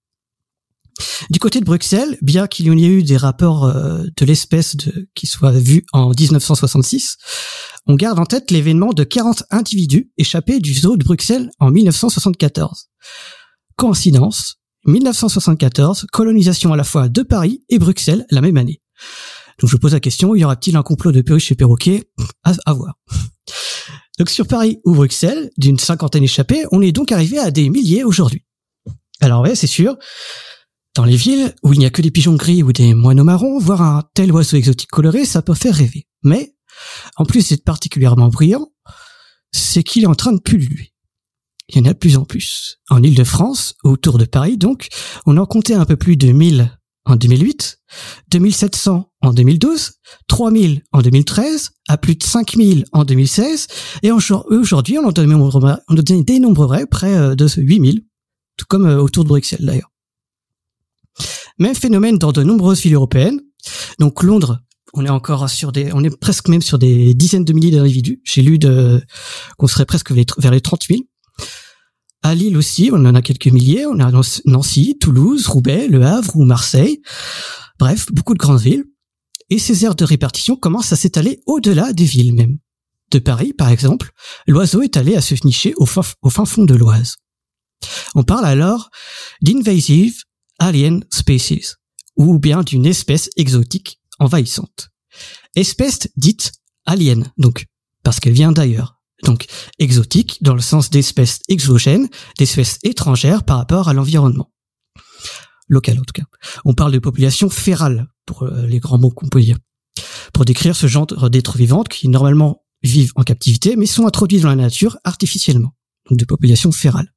Du côté de Bruxelles, bien qu'il y ait eu des rapports de l'espèce qui soient vus en 1966, on garde en tête l'événement de 40 individus échappés du zoo de Bruxelles en 1974. Coïncidence, 1974, colonisation à la fois de Paris et Bruxelles la même année. Donc je pose la question, y aura-t-il un complot de perruches et perroquets ? À voir. Donc sur Paris ou Bruxelles, d'une 50aine échappés, on est donc arrivé à des milliers aujourd'hui. Alors ouais, c'est sûr, dans les villes où il n'y a que des pigeons gris ou des moineaux marrons, voir un tel oiseau exotique coloré, ça peut faire rêver. Mais, en plus d'être particulièrement bruyant, c'est qu'il est en train de pulluler. Il y en a de plus en plus. En Île-de-France, autour de Paris donc, on en comptait un peu plus de 1000 en 2008, 2700 en 2012, 3000 en 2013, à plus de 5000 en 2016, et aujourd'hui, on dénombrerait près de 8000, tout comme autour de Bruxelles d'ailleurs. Même phénomène dans de nombreuses villes européennes. Donc Londres, on est presque même sur des dizaines de milliers d'individus. J'ai lu qu'on serait presque vers les 30 000. À Lille aussi, on en a quelques milliers. On a Nancy, Toulouse, Roubaix, Le Havre ou Marseille. Bref, beaucoup de grandes villes. Et ces aires de répartition commencent à s'étaler au-delà des villes même. De Paris, par exemple, l'oiseau est allé à se nicher au fin fond de l'Oise. On parle alors d'invasive alien species, ou bien d'une espèce exotique envahissante. Espèce dite alien, donc, parce qu'elle vient d'ailleurs. Donc, exotique dans le sens d'espèce exogène, d'espèce étrangère par rapport à l'environnement. Local, en tout cas. On parle de population férale, pour les grands mots qu'on peut dire. Pour décrire ce genre d'êtres vivantes qui, normalement, vivent en captivité, mais sont introduits dans la nature artificiellement. Donc, de population férale.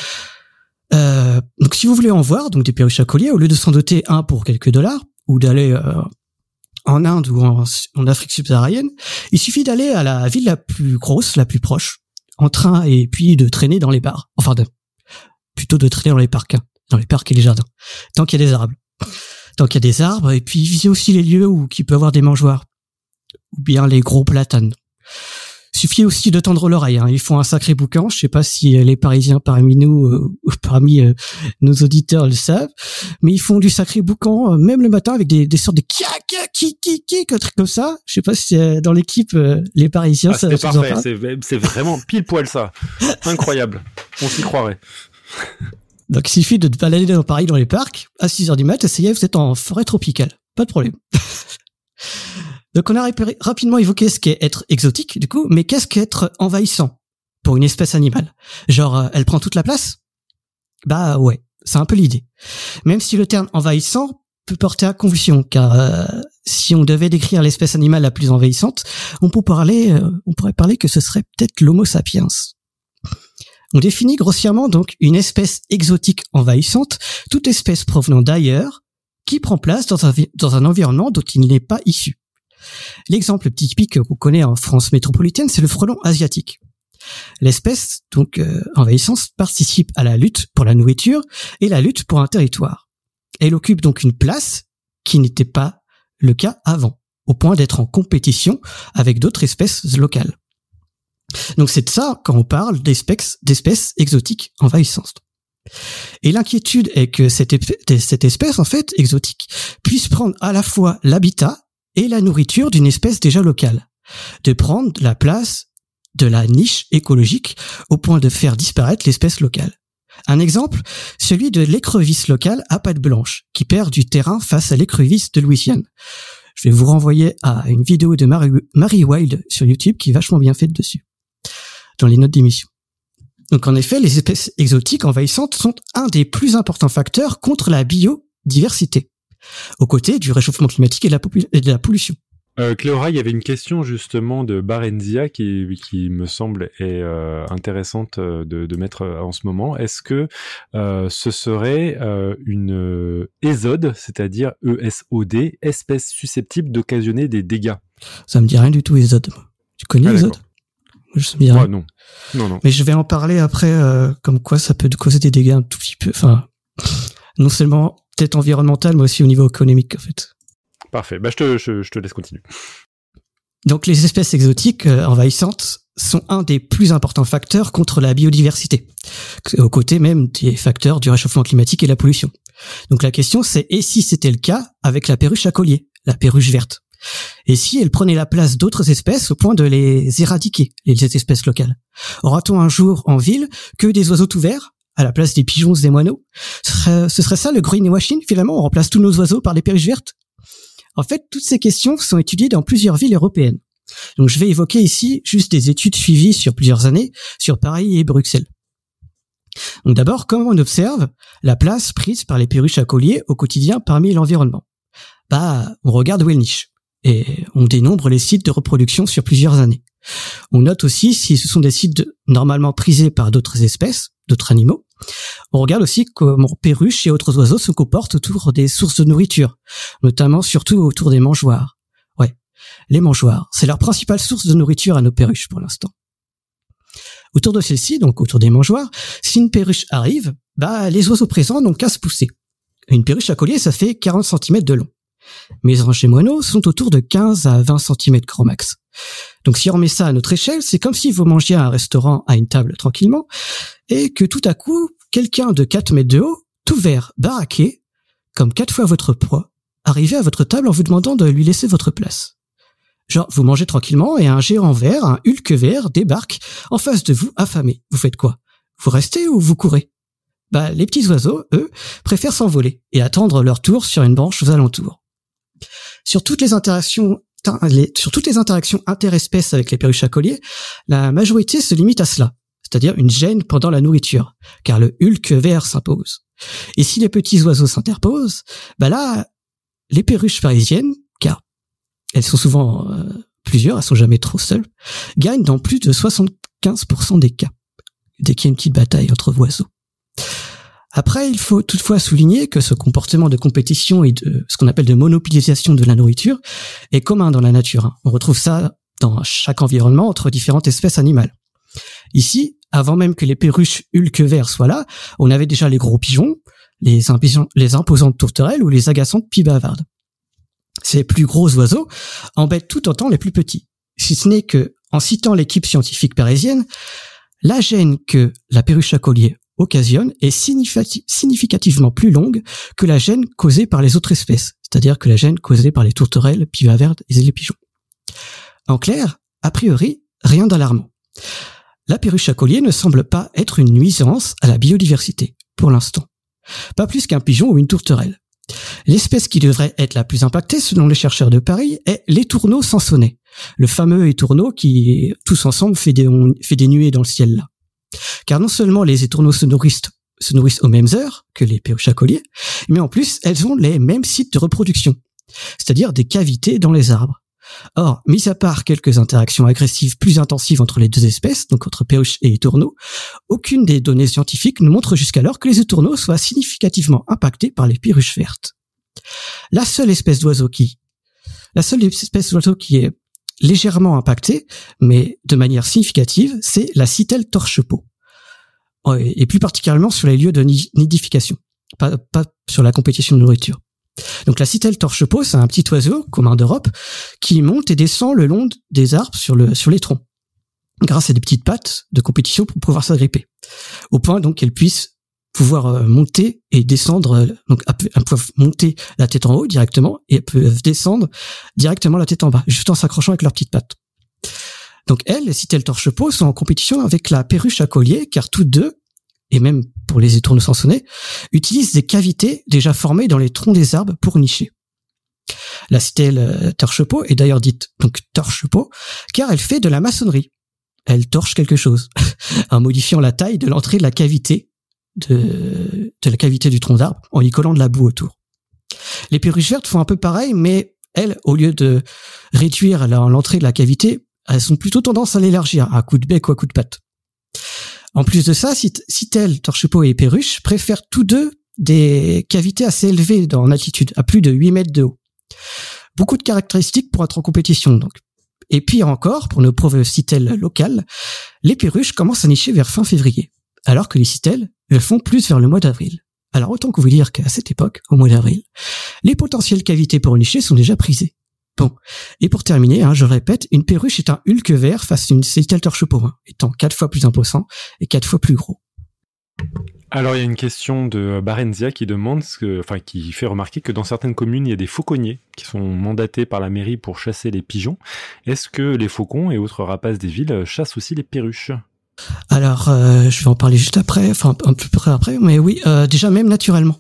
Donc, si vous voulez en voir, donc des perruches à collier, au lieu de s'en doter un pour quelques dollars, ou d'aller en Inde ou en Afrique subsaharienne, il suffit d'aller à la ville la plus grosse, la plus proche, en train, et puis de traîner dans les bars. Enfin, plutôt de traîner dans les parcs, dans les parcs et les jardins. Tant qu'il y a des arbres. Et puis viser aussi les lieux où il peut y avoir des mangeoires. Ou bien les gros platanes. Suffit aussi de tendre l'oreille. Ils font un sacré boucan. Je sais pas si les Parisiens parmi nous, parmi nos auditeurs le savent, mais ils font du sacré boucan même le matin avec des sortes de un truc comme ça. Je sais pas si dans l'équipe les Parisiens. Ah, c'est parfait. C'est vraiment pile poil ça. Incroyable. On s'y croirait. Donc il suffit de balader dans Paris dans les parcs à 6h du mat. Essayez, vous êtes en forêt tropicale. Pas de problème. Donc on a rapidement évoqué ce qu'est être exotique, du coup, mais qu'est-ce qu'être envahissant pour une espèce animale? Genre, elle prend toute la place? Bah ouais, c'est un peu l'idée. Même si le terme envahissant peut porter à confusion, car si on devait décrire l'espèce animale la plus envahissante, on pourrait parler que ce serait peut-être l'Homo sapiens. On définit grossièrement donc une espèce exotique envahissante, toute espèce provenant d'ailleurs, qui prend place dans un environnement dont il n'est pas issu. L'exemple typique qu'on connaît en France métropolitaine, c'est le frelon asiatique. L'espèce, donc envahissante, participe à la lutte pour la nourriture et la lutte pour un territoire. Elle occupe donc une place qui n'était pas le cas avant, au point d'être en compétition avec d'autres espèces locales. Donc c'est de ça quand on parle d'espèces exotiques envahissantes. Et l'inquiétude est que cette espèce, en fait, exotique, puisse prendre à la fois l'habitat et la nourriture d'une espèce déjà locale, de prendre la place de la niche écologique au point de faire disparaître l'espèce locale. Un exemple, celui de l'écrevisse locale à pattes blanches, qui perd du terrain face à l'écrevisse de Louisiane. Je vais vous renvoyer à une vidéo de Mary Wild sur YouTube qui est vachement bien faite dessus, dans les notes d'émission. Donc en effet, les espèces exotiques envahissantes sont un des plus importants facteurs contre la biodiversité, aux côtés du réchauffement climatique et de la pollution. Cléora, il y avait une question justement de Barenzia qui me semble est intéressante de mettre en ce moment. Est-ce que ce serait une ésode, c'est-à-dire ESOD, espèce susceptible d'occasionner des dégâts? Ça me dit rien du tout, ésode. Tu connais ésode? Je me dis rien. Non. Mais je vais en parler après, comme quoi ça peut causer des dégâts un tout petit peu. Enfin, non seulement peut-être environnemental, mais aussi au niveau économique, en fait. Parfait. Bah, je te laisse continuer. Donc, les espèces exotiques envahissantes sont un des plus importants facteurs contre la biodiversité, aux côtés même des facteurs du réchauffement climatique et la pollution. Donc, la question, c'est, et si c'était le cas avec la perruche à collier, la perruche verte? Et si elle prenait la place d'autres espèces au point de les éradiquer, les espèces locales? Aura-t-on un jour en ville que des oiseaux tout verts à la place des pigeons et des moineaux? Ce serait ça le greenwashing, finalement? On remplace tous nos oiseaux par des perruches vertes? En fait, toutes ces questions sont étudiées dans plusieurs villes européennes. Donc je vais évoquer ici juste des études suivies sur plusieurs années sur Paris et Bruxelles. Donc d'abord, comment on observe la place prise par les perruches à collier au quotidien parmi l'environnement? Bah, on regarde où elles nichent et on dénombre les sites de reproduction sur plusieurs années. On note aussi si ce sont des sites normalement prisés par d'autres espèces, d'autres animaux, On regarde aussi comment perruches et autres oiseaux se comportent autour des sources de nourriture, notamment surtout autour des mangeoires. Ouais, les mangeoires, c'est leur principale source de nourriture à nos perruches pour l'instant. Autour de celles-ci, donc autour des mangeoires, si une perruche arrive, les oiseaux présents n'ont qu'à se pousser. Une perruche à collier, ça fait 40 cm de long. Mes anges et moineaux sont autour de 15 à 20 cm grand max. Donc si on remet ça à notre échelle, c'est comme si vous mangiez à un restaurant à une table tranquillement, et que tout à coup, quelqu'un de 4 mètres de haut, tout vert, baraqué, comme 4 fois votre poids, arrivait à votre table en vous demandant de lui laisser votre place. Genre, vous mangez tranquillement et un géant vert, un Hulk vert, débarque en face de vous, affamé. Vous faites quoi? Vous restez ou vous courez? Les petits oiseaux, eux, préfèrent s'envoler et attendre leur tour sur une branche aux alentours. Sur toutes les interactions interespèces avec les perruches à collier, la majorité se limite à cela, c'est-à-dire une gêne pendant la nourriture, car le Hulk vert s'impose. Et si les petits oiseaux s'interposent, là, les perruches parisiennes, car elles sont souvent plusieurs, elles sont jamais trop seules, gagnent dans plus de 75% des cas, dès qu'il y a une petite bataille entre oiseaux. Après, il faut toutefois souligner que ce comportement de compétition et de ce qu'on appelle de monopolisation de la nourriture est commun dans la nature. On retrouve ça dans chaque environnement entre différentes espèces animales. Ici, avant même que les perruches Hulk vert soient là, on avait déjà les gros pigeons, les imposantes tourterelles ou les agaçantes pies bavardes. Ces plus gros oiseaux embêtent tout autant les plus petits. Si ce n'est que, en citant l'équipe scientifique parisienne, la gêne que la perruche à collier occasionne est significativement plus longue que la gêne causée par les autres espèces, c'est-à-dire que la gêne causée par les tourterelles, pies bavardes et les pigeons. En clair, a priori, rien d'alarmant. La perruche à collier ne semble pas être une nuisance à la biodiversité, pour l'instant. Pas plus qu'un pigeon ou une tourterelle. L'espèce qui devrait être la plus impactée, selon les chercheurs de Paris, est l'étourneau sansonnet, le fameux étourneau qui, tous ensemble, fait des nuées dans le ciel là. Car non seulement les étourneaux se nourrissent aux mêmes heures que les perruches à collier, mais en plus, elles ont les mêmes sites de reproduction, c'est-à-dire des cavités dans les arbres. Or, mis à part quelques interactions agressives plus intensives entre les deux espèces, donc entre perruches et étourneaux, aucune des données scientifiques ne montre jusqu'alors que les étourneaux soient significativement impactés par les perruches vertes. La seule espèce d'oiseau qui est légèrement impactée, mais de manière significative, c'est la citelle torche-peau. Et plus particulièrement sur les lieux de nidification, pas sur la compétition de nourriture. Donc la citelle torche-peau, c'est un petit oiseau commun d'Europe qui monte et descend le long des arbres sur les troncs, grâce à des petites pattes de compétition pour pouvoir s'agripper, au point donc qu'elle puisse pouvoir monter et descendre, donc elles peuvent monter la tête en haut directement et elles peuvent descendre directement la tête en bas, juste en s'accrochant avec leurs petites pattes. Donc elles, les citelles torche-peau, sont en compétition avec la perruche à collier, car toutes deux, et même pour les étourneaux sansonnets, utilisent des cavités déjà formées dans les troncs des arbres pour nicher. La citelle torche-peau est d'ailleurs dite donc torche-peau, car elle fait de la maçonnerie. Elle torche quelque chose, en modifiant la taille de l'entrée de la cavité de la cavité du tronc d'arbre en y collant de la boue autour. Les perruches vertes font un peu pareil, mais elles, au lieu de réduire l'entrée de la cavité, elles ont plutôt tendance à l'élargir à coup de bec ou à coup de patte. En plus de ça, citelle, torche-peau et perruche préfèrent tous deux des cavités assez élevées en altitude, à plus de 8 mètres de haut. Beaucoup de caractéristiques pour être en compétition, donc. Et pire encore, pour nos pauvres citelles locales, les perruches commencent à nicher vers fin février, alors que les citelles, elles font plus vers le mois d'avril. Alors autant que vous dire qu'à cette époque, au mois d'avril, les potentielles cavités pour nicher sont déjà prisées. Bon, et pour terminer, je le répète, une perruche est un Hulk vert face à une citelle torche-peau, étant 4 fois plus imposant et 4 fois plus gros. Alors il y a une question de Barenzia qui demande, qui fait remarquer que dans certaines communes, il y a des fauconniers qui sont mandatés par la mairie pour chasser les pigeons. Est-ce que les faucons et autres rapaces des villes chassent aussi les perruches ? Alors, je vais en parler juste après, un peu près après, mais oui, déjà même naturellement.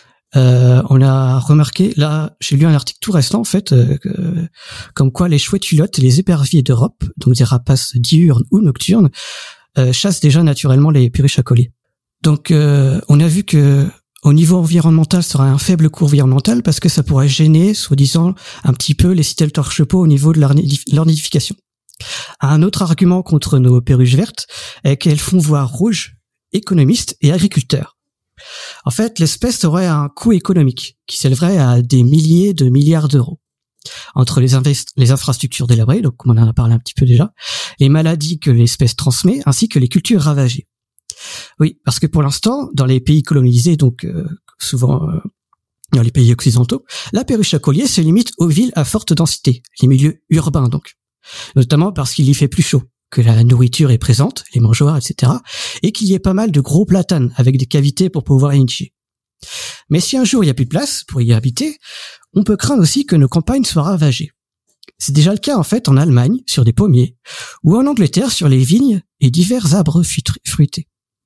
On a remarqué, là, j'ai lu un article tout récent, en fait, comme quoi les chouettes-hulottes et les éperviers d'Europe, donc des rapaces diurnes ou nocturnes, chassent déjà naturellement les perruches à collier. Donc, on a vu que au niveau environnemental, ça aurait un faible coût environnemental parce que ça pourrait gêner, soi-disant, un petit peu les citelles torche-peau au niveau de leur nidification. Un autre argument contre nos perruches vertes est qu'elles font voir rouge économistes et agriculteurs. En fait, l'espèce aurait un coût économique qui s'élèverait à des milliers de milliards d'euros. Entre les infrastructures délabrées, donc comme on en a parlé un petit peu déjà, les maladies que l'espèce transmet, ainsi que les cultures ravagées. Oui, parce que pour l'instant, dans les pays colonisés, donc souvent dans les pays occidentaux, la perruche à collier se limite aux villes à forte densité, les milieux urbains donc, notamment parce qu'il y fait plus chaud, que la nourriture est présente, les mangeoires, etc., et qu'il y ait pas mal de gros platanes avec des cavités pour pouvoir y nicher. Mais si un jour il n'y a plus de place pour y habiter, on peut craindre aussi que nos campagnes soient ravagées. C'est déjà le cas en fait en Allemagne sur des pommiers, ou en Angleterre sur les vignes et divers arbres fruités.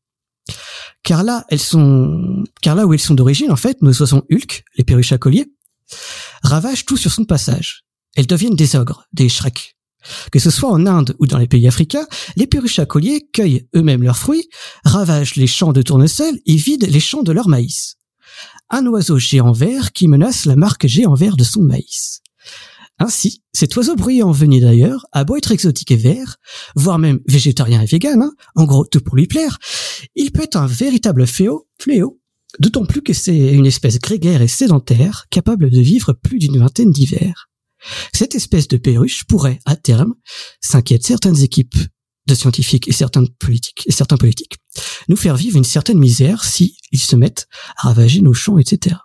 Car là où elles sont d'origine, en fait, nos oiseaux hulks, les perruches à collier, ravagent tout sur son passage. Elles deviennent des ogres, des shreks. Que ce soit en Inde ou dans les pays africains, les perruches à collier cueillent eux-mêmes leurs fruits, ravagent les champs de tournesol et vident les champs de leur maïs. Un oiseau géant vert qui menace la marque géant vert de son maïs. Ainsi, cet oiseau bruyant venu d'ailleurs a beau être exotique et vert, voire même végétarien et vegan, en gros tout pour lui plaire, il peut être un véritable fléau, d'autant plus que c'est une espèce grégaire et sédentaire capable de vivre plus d'une vingtaine d'hivers. Cette espèce de perruche pourrait, à terme, s'inquiètent certaines équipes de scientifiques et certains politiques, nous faire vivre une certaine misère si ils se mettent à ravager nos champs, etc.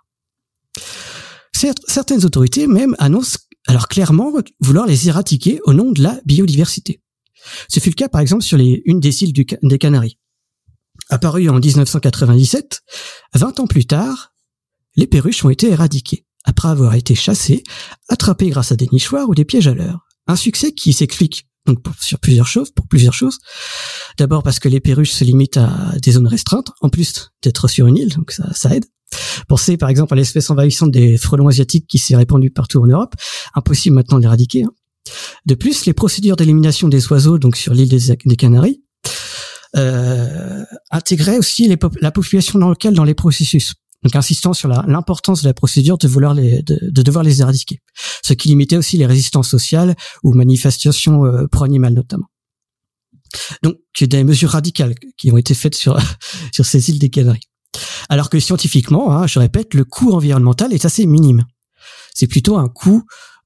Certaines autorités même annoncent alors clairement vouloir les éradiquer au nom de la biodiversité. Ce fut le cas par exemple sur une des îles des Canaries. Apparues en 1997, 20 ans plus tard, les perruches ont été éradiquées, après avoir été chassées, attrapées grâce à des nichoirs ou des pièges à leurre. Un succès qui s'explique donc pour plusieurs choses. D'abord parce que les perruches se limitent à des zones restreintes, en plus d'être sur une île, donc ça aide. Pensez par exemple à l'espèce envahissante des frelons asiatiques qui s'est répandue partout en Europe. Impossible maintenant de l'éradiquer. De plus, les procédures d'élimination des oiseaux, donc sur l'île des Canaries, intégraient aussi la population locale dans les processus. Donc insistant sur l'importance de la procédure de devoir les éradiquer. Ce qui limitait aussi les résistances sociales ou manifestations pro-animales notamment. Donc des mesures radicales qui ont été faites sur ces îles des Canaries. Alors que scientifiquement, je répète, le coût environnemental est assez minime. C'est plutôt un coût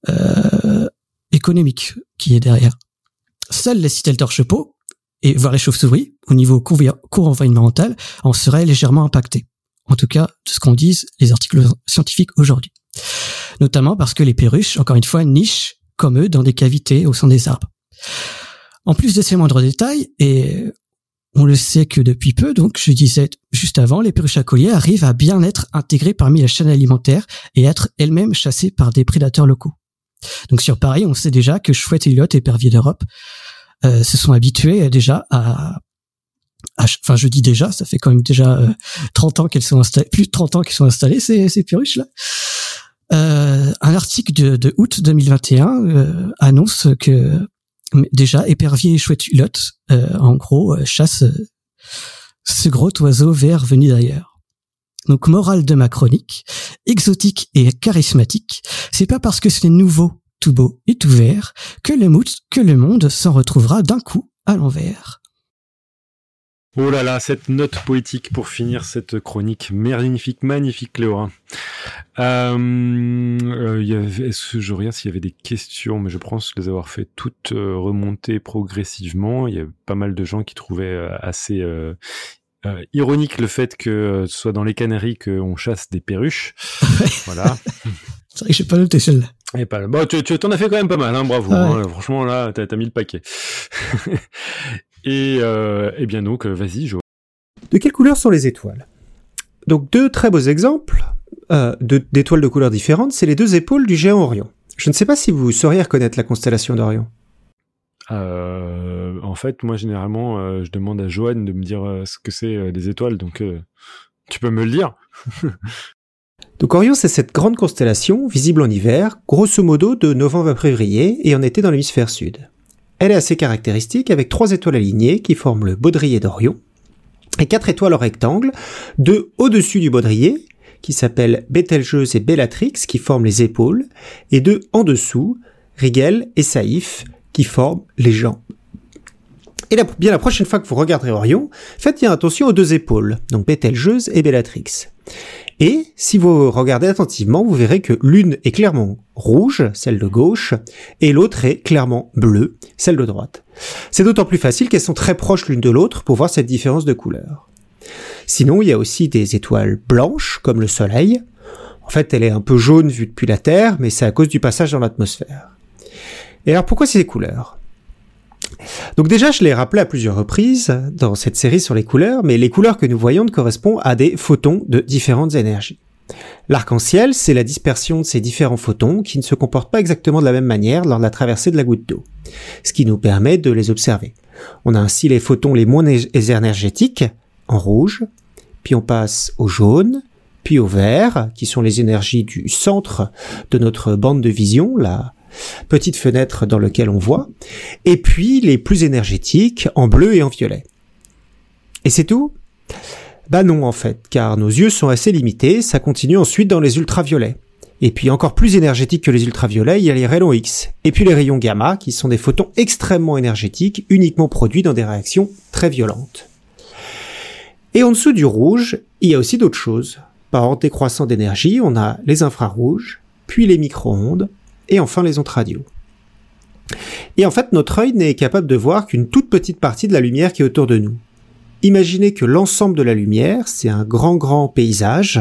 économique qui est derrière. Seules les citelles torche-peau, et voire les chauves-souris, au niveau coût environnemental, en seraient légèrement impactés. En tout cas, de ce qu'en disent les articles scientifiques aujourd'hui. Notamment parce que les perruches, encore une fois, nichent comme eux dans des cavités au sein des arbres. En plus de ces moindres détails, et on le sait que depuis peu, donc je disais juste avant, les perruches à collier arrivent à bien être intégrées parmi la chaîne alimentaire et être elles-mêmes chassées par des prédateurs locaux. Donc sur Paris, on sait déjà que chouettes et liottes, éperviers d'Europe, se sont habitués déjà enfin je dis déjà, ça fait quand même déjà 30 ans qu'elles sont installées, plus de 30 ans qu'elles sont installées ces perruches là. Un article de août 2021 annonce que déjà éperviers et chouettes-hulottes en gros chassent ce gros oiseau vert venu d'ailleurs. Donc morale de ma chronique, exotique et charismatique, c'est pas parce que c'est nouveau, tout beau et tout vert que le monde s'en retrouvera d'un coup à l'envers. Oh là là, cette note poétique pour finir cette chronique magnifique, Léorin. Je regarde s'il y avait des questions, mais je pense les avoir fait toutes remonter progressivement. Il y a pas mal de gens qui trouvaient assez ironique le fait que ce soit dans les Canaries qu'on chasse des perruches. Voilà. C'est vrai que j'ai pas noté celle-là. Et pas, bon, tu t'en as fait quand même pas mal, bravo. Ouais. Franchement, là, t'as mis le paquet. Et bien donc, vas-y, Jo. De quelle couleur sont les étoiles ? Donc, deux très beaux exemples d'étoiles de couleurs différentes, c'est les deux épaules du géant Orion. Je ne sais pas si vous sauriez reconnaître la constellation d'Orion. En fait, moi, généralement, je demande à Joanne de me dire ce que c'est des étoiles, donc tu peux me le dire. Donc Orion, c'est cette grande constellation, visible en hiver, grosso modo de novembre à février, et en été dans l'hémisphère sud. Elle est assez caractéristique avec 3 étoiles alignées qui forment le baudrier d'Orion, et 4 étoiles en rectangle, 2 au-dessus du baudrier, qui s'appellent Bételgeuse et Bellatrix, qui forment les épaules, et 2 en dessous, Rigel et Saïphe, qui forment les jambes. Et bien la prochaine fois que vous regarderez Orion, faites bien attention aux deux épaules, donc Bételgeuse et Bellatrix. Et si vous regardez attentivement, vous verrez que l'une est clairement rouge, celle de gauche, et l'autre est clairement bleue, celle de droite. C'est d'autant plus facile qu'elles sont très proches l'une de l'autre pour voir cette différence de couleur. Sinon, il y a aussi des étoiles blanches, comme le Soleil. En fait, elle est un peu jaune vue depuis la Terre, mais c'est à cause du passage dans l'atmosphère. Et alors, pourquoi ces couleurs ? Donc déjà, je l'ai rappelé à plusieurs reprises dans cette série sur les couleurs, mais les couleurs que nous voyons correspondent à des photons de différentes énergies. L'arc-en-ciel, c'est la dispersion de ces différents photons qui ne se comportent pas exactement de la même manière lors de la traversée de la goutte d'eau, ce qui nous permet de les observer. On a ainsi les photons les moins énergétiques, en rouge, puis on passe au jaune, puis au vert, qui sont les énergies du centre de notre bande de vision, la petite fenêtre dans laquelle on voit, et puis les plus énergétiques en bleu et en violet. Et c'est tout ? Bah non en fait, car nos yeux sont assez limités, ça continue ensuite dans les ultraviolets. Et puis encore plus énergétiques que les ultraviolets, il y a les rayons X, et puis les rayons gamma, qui sont des photons extrêmement énergétiques, uniquement produits dans des réactions très violentes. Et en dessous du rouge, il y a aussi d'autres choses. Par ordre décroissant d'énergie, on a les infrarouges, puis les micro-ondes, et enfin les ondes radio. Et en fait, notre œil n'est capable de voir qu'une toute petite partie de la lumière qui est autour de nous. Imaginez que l'ensemble de la lumière, c'est un grand paysage,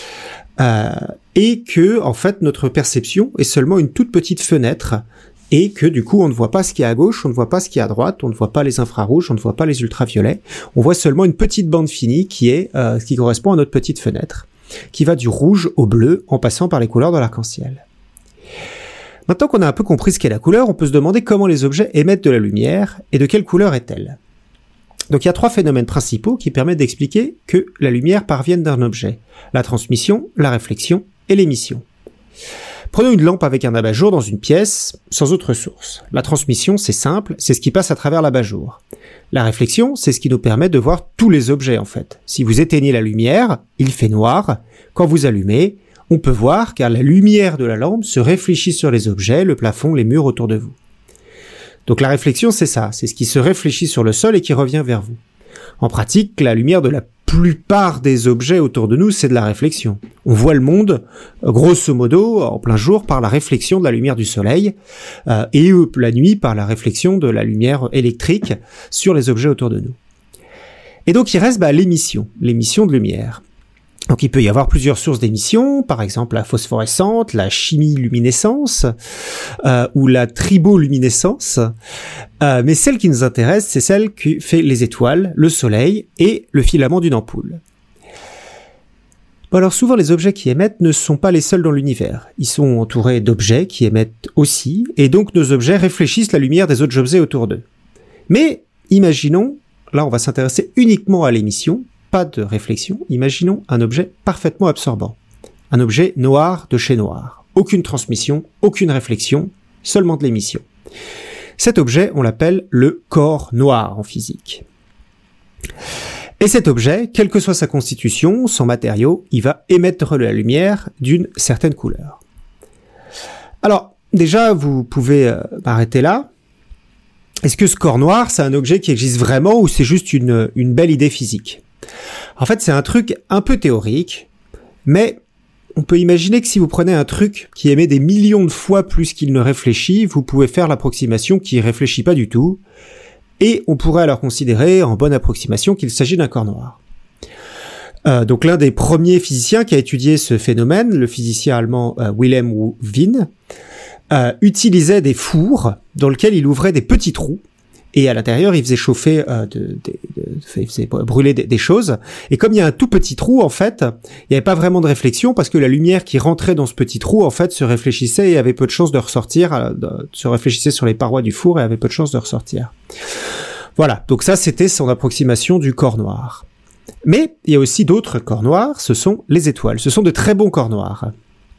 et que, en fait, notre perception est seulement une toute petite fenêtre, et que, du coup, on ne voit pas ce qu'il y a à gauche, on ne voit pas ce qu'il y a à droite, on ne voit pas les infrarouges, on ne voit pas les ultraviolets, on voit seulement une petite bande finie qui correspond à notre petite fenêtre, qui va du rouge au bleu en passant par les couleurs de l'arc-en-ciel. Maintenant qu'on a un peu compris ce qu'est la couleur, on peut se demander comment les objets émettent de la lumière et de quelle couleur est-elle. Donc il y a trois phénomènes principaux qui permettent d'expliquer que la lumière parvienne d'un objet. La transmission, la réflexion et l'émission. Prenons une lampe avec un abat-jour dans une pièce, sans autre source. La transmission, c'est simple, c'est ce qui passe à travers l'abat-jour. La réflexion, c'est ce qui nous permet de voir tous les objets en fait. Si vous éteignez la lumière, il fait noir. Quand vous allumez, on peut voir car la lumière de la lampe se réfléchit sur les objets, le plafond, les murs autour de vous. Donc la réflexion, c'est ça, c'est ce qui se réfléchit sur le sol et qui revient vers vous. En pratique, la lumière de la plupart des objets autour de nous, c'est de la réflexion. On voit le monde, grosso modo, en plein jour, par la réflexion de la lumière du soleil, et la nuit par la réflexion de la lumière électrique sur les objets autour de nous. Et donc il reste l'émission de lumière. Donc il peut y avoir plusieurs sources d'émission, par exemple la phosphorescente, la chimiluminescence ou la triboluminescence. Mais celle qui nous intéresse, c'est celle qui fait les étoiles, le soleil et le filament d'une ampoule. Bon, alors souvent les objets qui émettent ne sont pas les seuls dans l'univers. Ils sont entourés d'objets qui émettent aussi, et donc nos objets réfléchissent la lumière des autres objets autour d'eux. Mais imaginons, là on va s'intéresser uniquement à l'émission, pas de réflexion, imaginons un objet parfaitement absorbant. Un objet noir de chez noir. Aucune transmission, aucune réflexion, seulement de l'émission. Cet objet, on l'appelle le corps noir en physique. Et cet objet, quelle que soit sa constitution, son matériau, il va émettre la lumière d'une certaine couleur. Alors, déjà, vous pouvez m'arrêter là. Est-ce que ce corps noir, c'est un objet qui existe vraiment ou c'est juste une belle idée physique ? En fait, c'est un truc un peu théorique, mais on peut imaginer que si vous prenez un truc qui émet des millions de fois plus qu'il ne réfléchit, vous pouvez faire l'approximation qui réfléchit pas du tout, et on pourrait alors considérer en bonne approximation qu'il s'agit d'un corps noir. Donc l'un des premiers physiciens qui a étudié ce phénomène, le physicien allemand Wilhelm Wien, utilisait des fours dans lesquels il ouvrait des petits trous, et à l'intérieur, il faisait chauffer, il faisait brûler des choses. Et comme il y a un tout petit trou, en fait, il n'y avait pas vraiment de réflexion parce que la lumière qui rentrait dans ce petit trou, en fait, se réfléchissait et avait peu de chances de ressortir, se réfléchissait sur les parois du four et avait peu de chances de ressortir. Voilà. Donc ça, c'était son approximation du corps noir. Mais il y a aussi d'autres corps noirs, ce sont les étoiles. Ce sont de très bons corps noirs.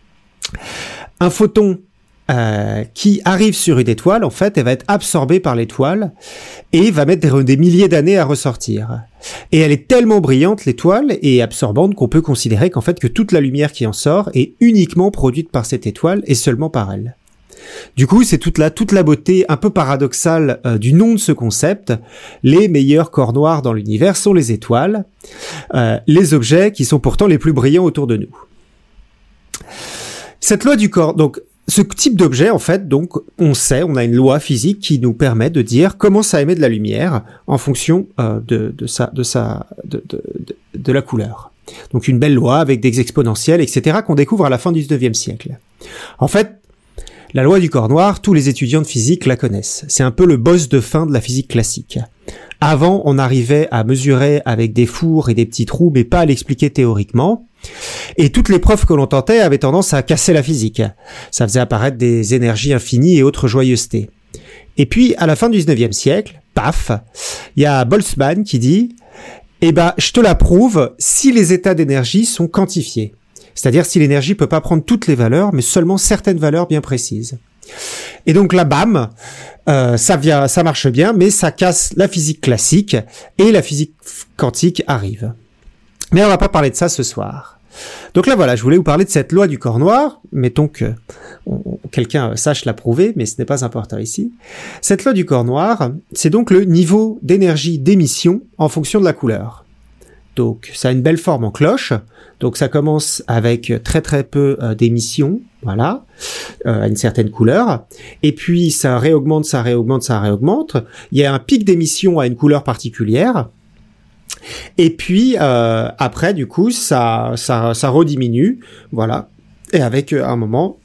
Un photon qui arrive sur une étoile, en fait, elle va être absorbée par l'étoile et va mettre des milliers d'années à ressortir. Et elle est tellement brillante, l'étoile, et absorbante qu'on peut considérer qu'en fait que toute la lumière qui en sort est uniquement produite par cette étoile et seulement par elle. Du coup, c'est toute la beauté un peu paradoxale du nom de ce concept. Les meilleurs corps noirs dans l'univers sont les étoiles, les objets qui sont pourtant les plus brillants autour de nous. Cette loi du corps, donc ce type d'objet, en fait, donc on a une loi physique qui nous permet de dire comment ça émet de la lumière en fonction de la couleur. Donc une belle loi avec des exponentielles, etc., qu'on découvre à la fin du 19e siècle. En fait, la loi du corps noir, tous les étudiants de physique la connaissent. C'est un peu le boss de fin de la physique classique. Avant, on arrivait à mesurer avec des fours et des petits trous, mais pas à l'expliquer théoriquement. Et toutes les preuves que l'on tentait avaient tendance à casser la physique. Ça faisait apparaître des énergies infinies et autres joyeusetés. Et puis, à la fin du 19e siècle, paf, il y a Boltzmann qui dit « Eh ben, je te la prouve si les états d'énergie sont quantifiés. » C'est-à-dire si l'énergie peut pas prendre toutes les valeurs, mais seulement certaines valeurs bien précises. Et donc là, bam, ça marche bien, mais ça casse la physique classique et la physique quantique arrive. Mais on va pas parler de ça ce soir. Donc là, voilà, je voulais vous parler de cette loi du corps noir. Mettons que quelqu'un sache la prouver, mais ce n'est pas important ici. Cette loi du corps noir, c'est donc le niveau d'énergie d'émission en fonction de la couleur. Donc, ça a une belle forme en cloche. Donc, ça commence avec très très peu d'émissions, voilà, à une certaine couleur. Et puis, ça réaugmente. Il y a un pic d'émission à une couleur particulière. Et puis après, du coup, ça rediminue, voilà. Et avec un moment,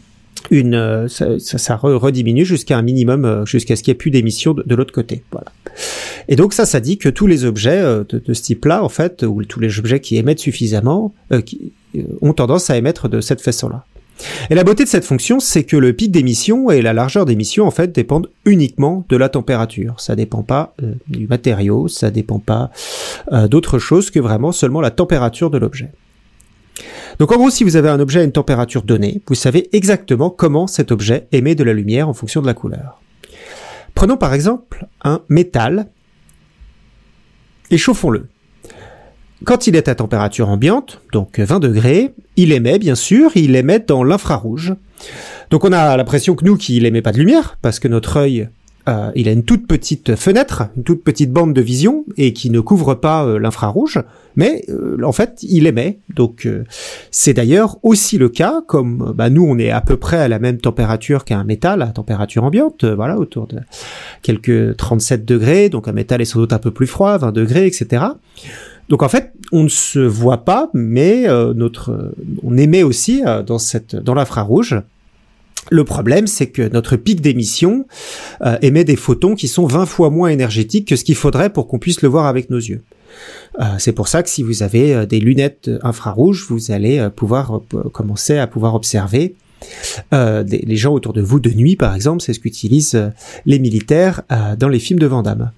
ça rediminue jusqu'à un minimum, jusqu'à ce qu'il n'y ait plus d'émissions de l'autre côté, voilà. Et donc ça dit que tous les objets de ce type-là, en fait, ou tous les objets qui émettent suffisamment, ont tendance à émettre de cette façon-là. Et la beauté de cette fonction, c'est que le pic d'émission et la largeur d'émission, en fait, dépendent uniquement de la température. Ça dépend pas du matériau, ça dépend pas d'autre chose que vraiment seulement la température de l'objet. Donc en gros, si vous avez un objet à une température donnée, vous savez exactement comment cet objet émet de la lumière en fonction de la couleur. Prenons par exemple un métal et chauffons-le. Quand il est à température ambiante, donc 20 degrés, il émet, bien sûr, il émet dans l'infrarouge. Donc on a l'impression que nous, qu'il émet pas de lumière, parce que notre œil, il a une toute petite fenêtre, une toute petite bande de vision, et qui ne couvre pas l'infrarouge, mais en fait, il émet. Donc c'est d'ailleurs aussi le cas, comme nous, on est à peu près à la même température qu'un métal à température ambiante, voilà, autour de quelques 37 degrés, donc un métal est sans doute un peu plus froid, 20 degrés, etc. Donc en fait, on ne se voit pas, mais on émet aussi dans l'infrarouge. Le problème, c'est que notre pic d'émission émet des photons qui sont 20 fois moins énergétiques que ce qu'il faudrait pour qu'on puisse le voir avec nos yeux. C'est pour ça que si vous avez des lunettes infrarouges, vous allez commencer à pouvoir observer les gens autour de vous de nuit, par exemple. C'est ce qu'utilisent les militaires dans les films de Van Damme.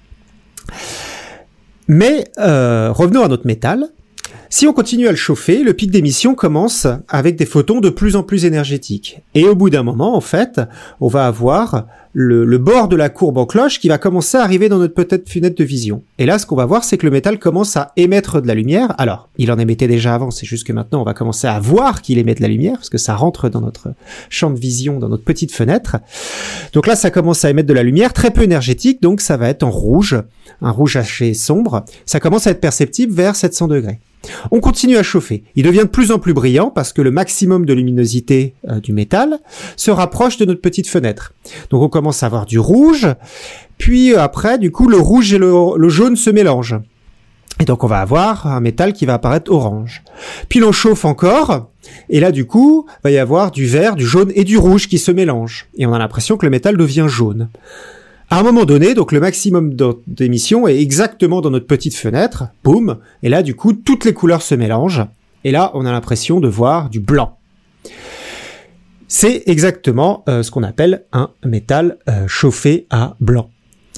Mais revenons à notre métal. Si on continue à le chauffer, le pic d'émission commence avec des photons de plus en plus énergétiques. Et au bout d'un moment, en fait, on va avoir le bord de la courbe en cloche qui va commencer à arriver dans notre petite fenêtre de vision. Et là, ce qu'on va voir, c'est que le métal commence à émettre de la lumière. Alors, il en émettait déjà avant, c'est juste que maintenant, on va commencer à voir qu'il émet de la lumière, parce que ça rentre dans notre champ de vision, dans notre petite fenêtre. Donc là, ça commence à émettre de la lumière, très peu énergétique, donc ça va être en rouge, un rouge assez sombre. Ça commence à être perceptible vers 700 degrés. On continue à chauffer. Il devient de plus en plus brillant parce que le maximum de luminosité du métal se rapproche de notre petite fenêtre. Donc on commence à avoir du rouge, puis après, du coup, le rouge et le jaune se mélangent. Et donc on va avoir un métal qui va apparaître orange. Puis l'on chauffe encore, et là du coup, il va y avoir du vert, du jaune et du rouge qui se mélangent. Et on a l'impression que le métal devient jaune. À un moment donné, donc le maximum d'émission est exactement dans notre petite fenêtre, boum, et là du coup toutes les couleurs se mélangent, et là on a l'impression de voir du blanc. C'est exactement ce qu'on appelle un métal chauffé à blanc.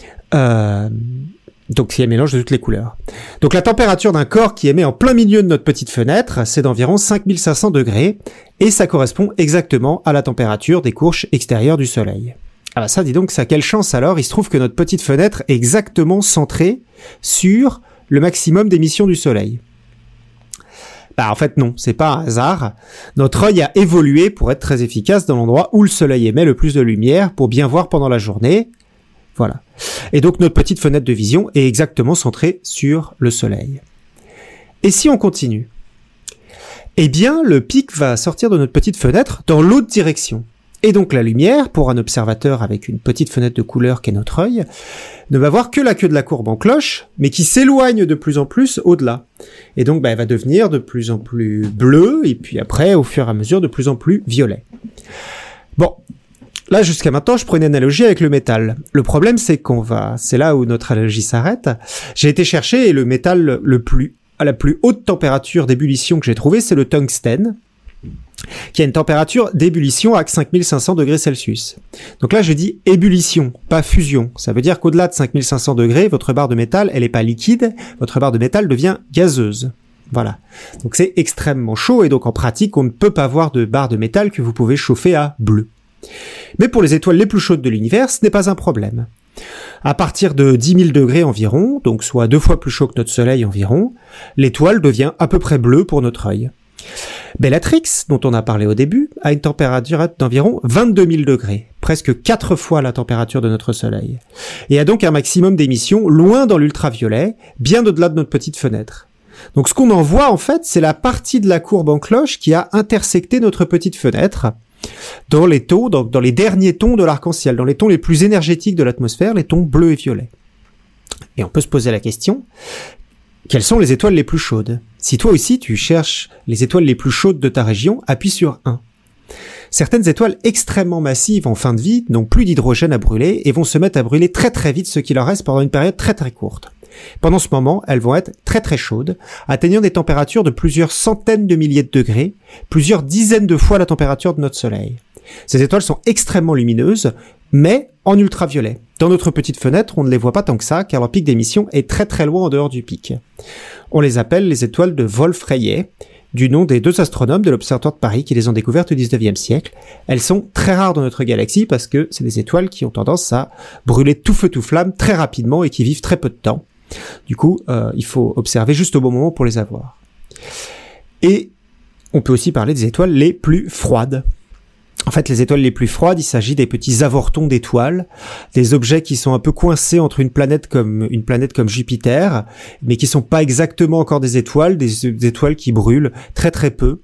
Donc c'est un mélange de toutes les couleurs. Donc la température d'un corps qui émet en plein milieu de notre petite fenêtre, c'est d'environ 5500 degrés, et ça correspond exactement à la température des couches extérieures du Soleil. Ah bah ça, dis donc, ça quelle chance alors, il se trouve que notre petite fenêtre est exactement centrée sur le maximum d'émission du Soleil. Bah en fait non, c'est pas un hasard. Notre œil a évolué pour être très efficace dans l'endroit où le soleil émet le plus de lumière pour bien voir pendant la journée. Voilà. Et donc notre petite fenêtre de vision est exactement centrée sur le soleil. Et si on continue ? Eh bien, le pic va sortir de notre petite fenêtre dans l'autre direction. Et donc la lumière, pour un observateur avec une petite fenêtre de couleur qu'est notre œil, ne va voir que la queue de la courbe en cloche, mais qui s'éloigne de plus en plus au-delà. Et donc elle va devenir de plus en plus bleue, et puis après, au fur et à mesure, de plus en plus violet. Bon, là jusqu'à maintenant, je prends une analogie avec le métal. Le problème, c'est c'est là où notre analogie s'arrête. J'ai été chercher, et le métal à la plus haute température d'ébullition que j'ai trouvé, c'est le tungstène, qui a une température d'ébullition à 5500 degrés Celsius. Donc là, je dis ébullition, pas fusion. Ça veut dire qu'au-delà de 5500 degrés, votre barre de métal, elle est pas liquide, votre barre de métal devient gazeuse. Voilà. Donc c'est extrêmement chaud, et donc en pratique, on ne peut pas avoir de barre de métal que vous pouvez chauffer à bleu. Mais pour les étoiles les plus chaudes de l'univers, ce n'est pas un problème. À partir de 10 000 degrés environ, donc soit 2 fois plus chaud que notre soleil environ, l'étoile devient à peu près bleue pour notre œil. Bellatrix, dont on a parlé au début, a une température d'environ 22 000 degrés, presque 4 fois la température de notre soleil, et a donc un maximum d'émission loin dans l'ultraviolet, bien au-delà de notre petite fenêtre. Donc ce qu'on en voit en fait, c'est la partie de la courbe en cloche qui a intersecté notre petite fenêtre, dans les tons, dans les derniers tons de l'arc-en-ciel, dans les tons les plus énergétiques de l'atmosphère, les tons bleu et violet. Et on peut se poser la question, quelles sont les étoiles les plus chaudes ? Si toi aussi tu cherches les étoiles les plus chaudes de ta région, appuie sur 1. Certaines étoiles extrêmement massives en fin de vie n'ont plus d'hydrogène à brûler et vont se mettre à brûler très très vite ce qui leur reste pendant une période très très courte. Pendant ce moment, elles vont être très très chaudes, atteignant des températures de plusieurs centaines de milliers de degrés, plusieurs dizaines de fois la température de notre soleil. Ces étoiles sont extrêmement lumineuses, mais en ultraviolet. Dans notre petite fenêtre, on ne les voit pas tant que ça, car leur pic d'émission est très très loin en dehors du pic. On les appelle les étoiles de Wolf-Rayet, du nom des 2 astronomes de l'Observatoire de Paris qui les ont découvertes au XIXe siècle. Elles sont très rares dans notre galaxie parce que c'est des étoiles qui ont tendance à brûler tout feu tout flamme très rapidement et qui vivent très peu de temps. Du coup, il faut observer juste au bon moment pour les avoir. Et on peut aussi parler des étoiles les plus froides. En fait, les étoiles les plus froides, il s'agit des petits avortons d'étoiles, des objets qui sont un peu coincés entre une planète comme Jupiter, mais qui sont pas exactement encore des étoiles qui brûlent très très peu.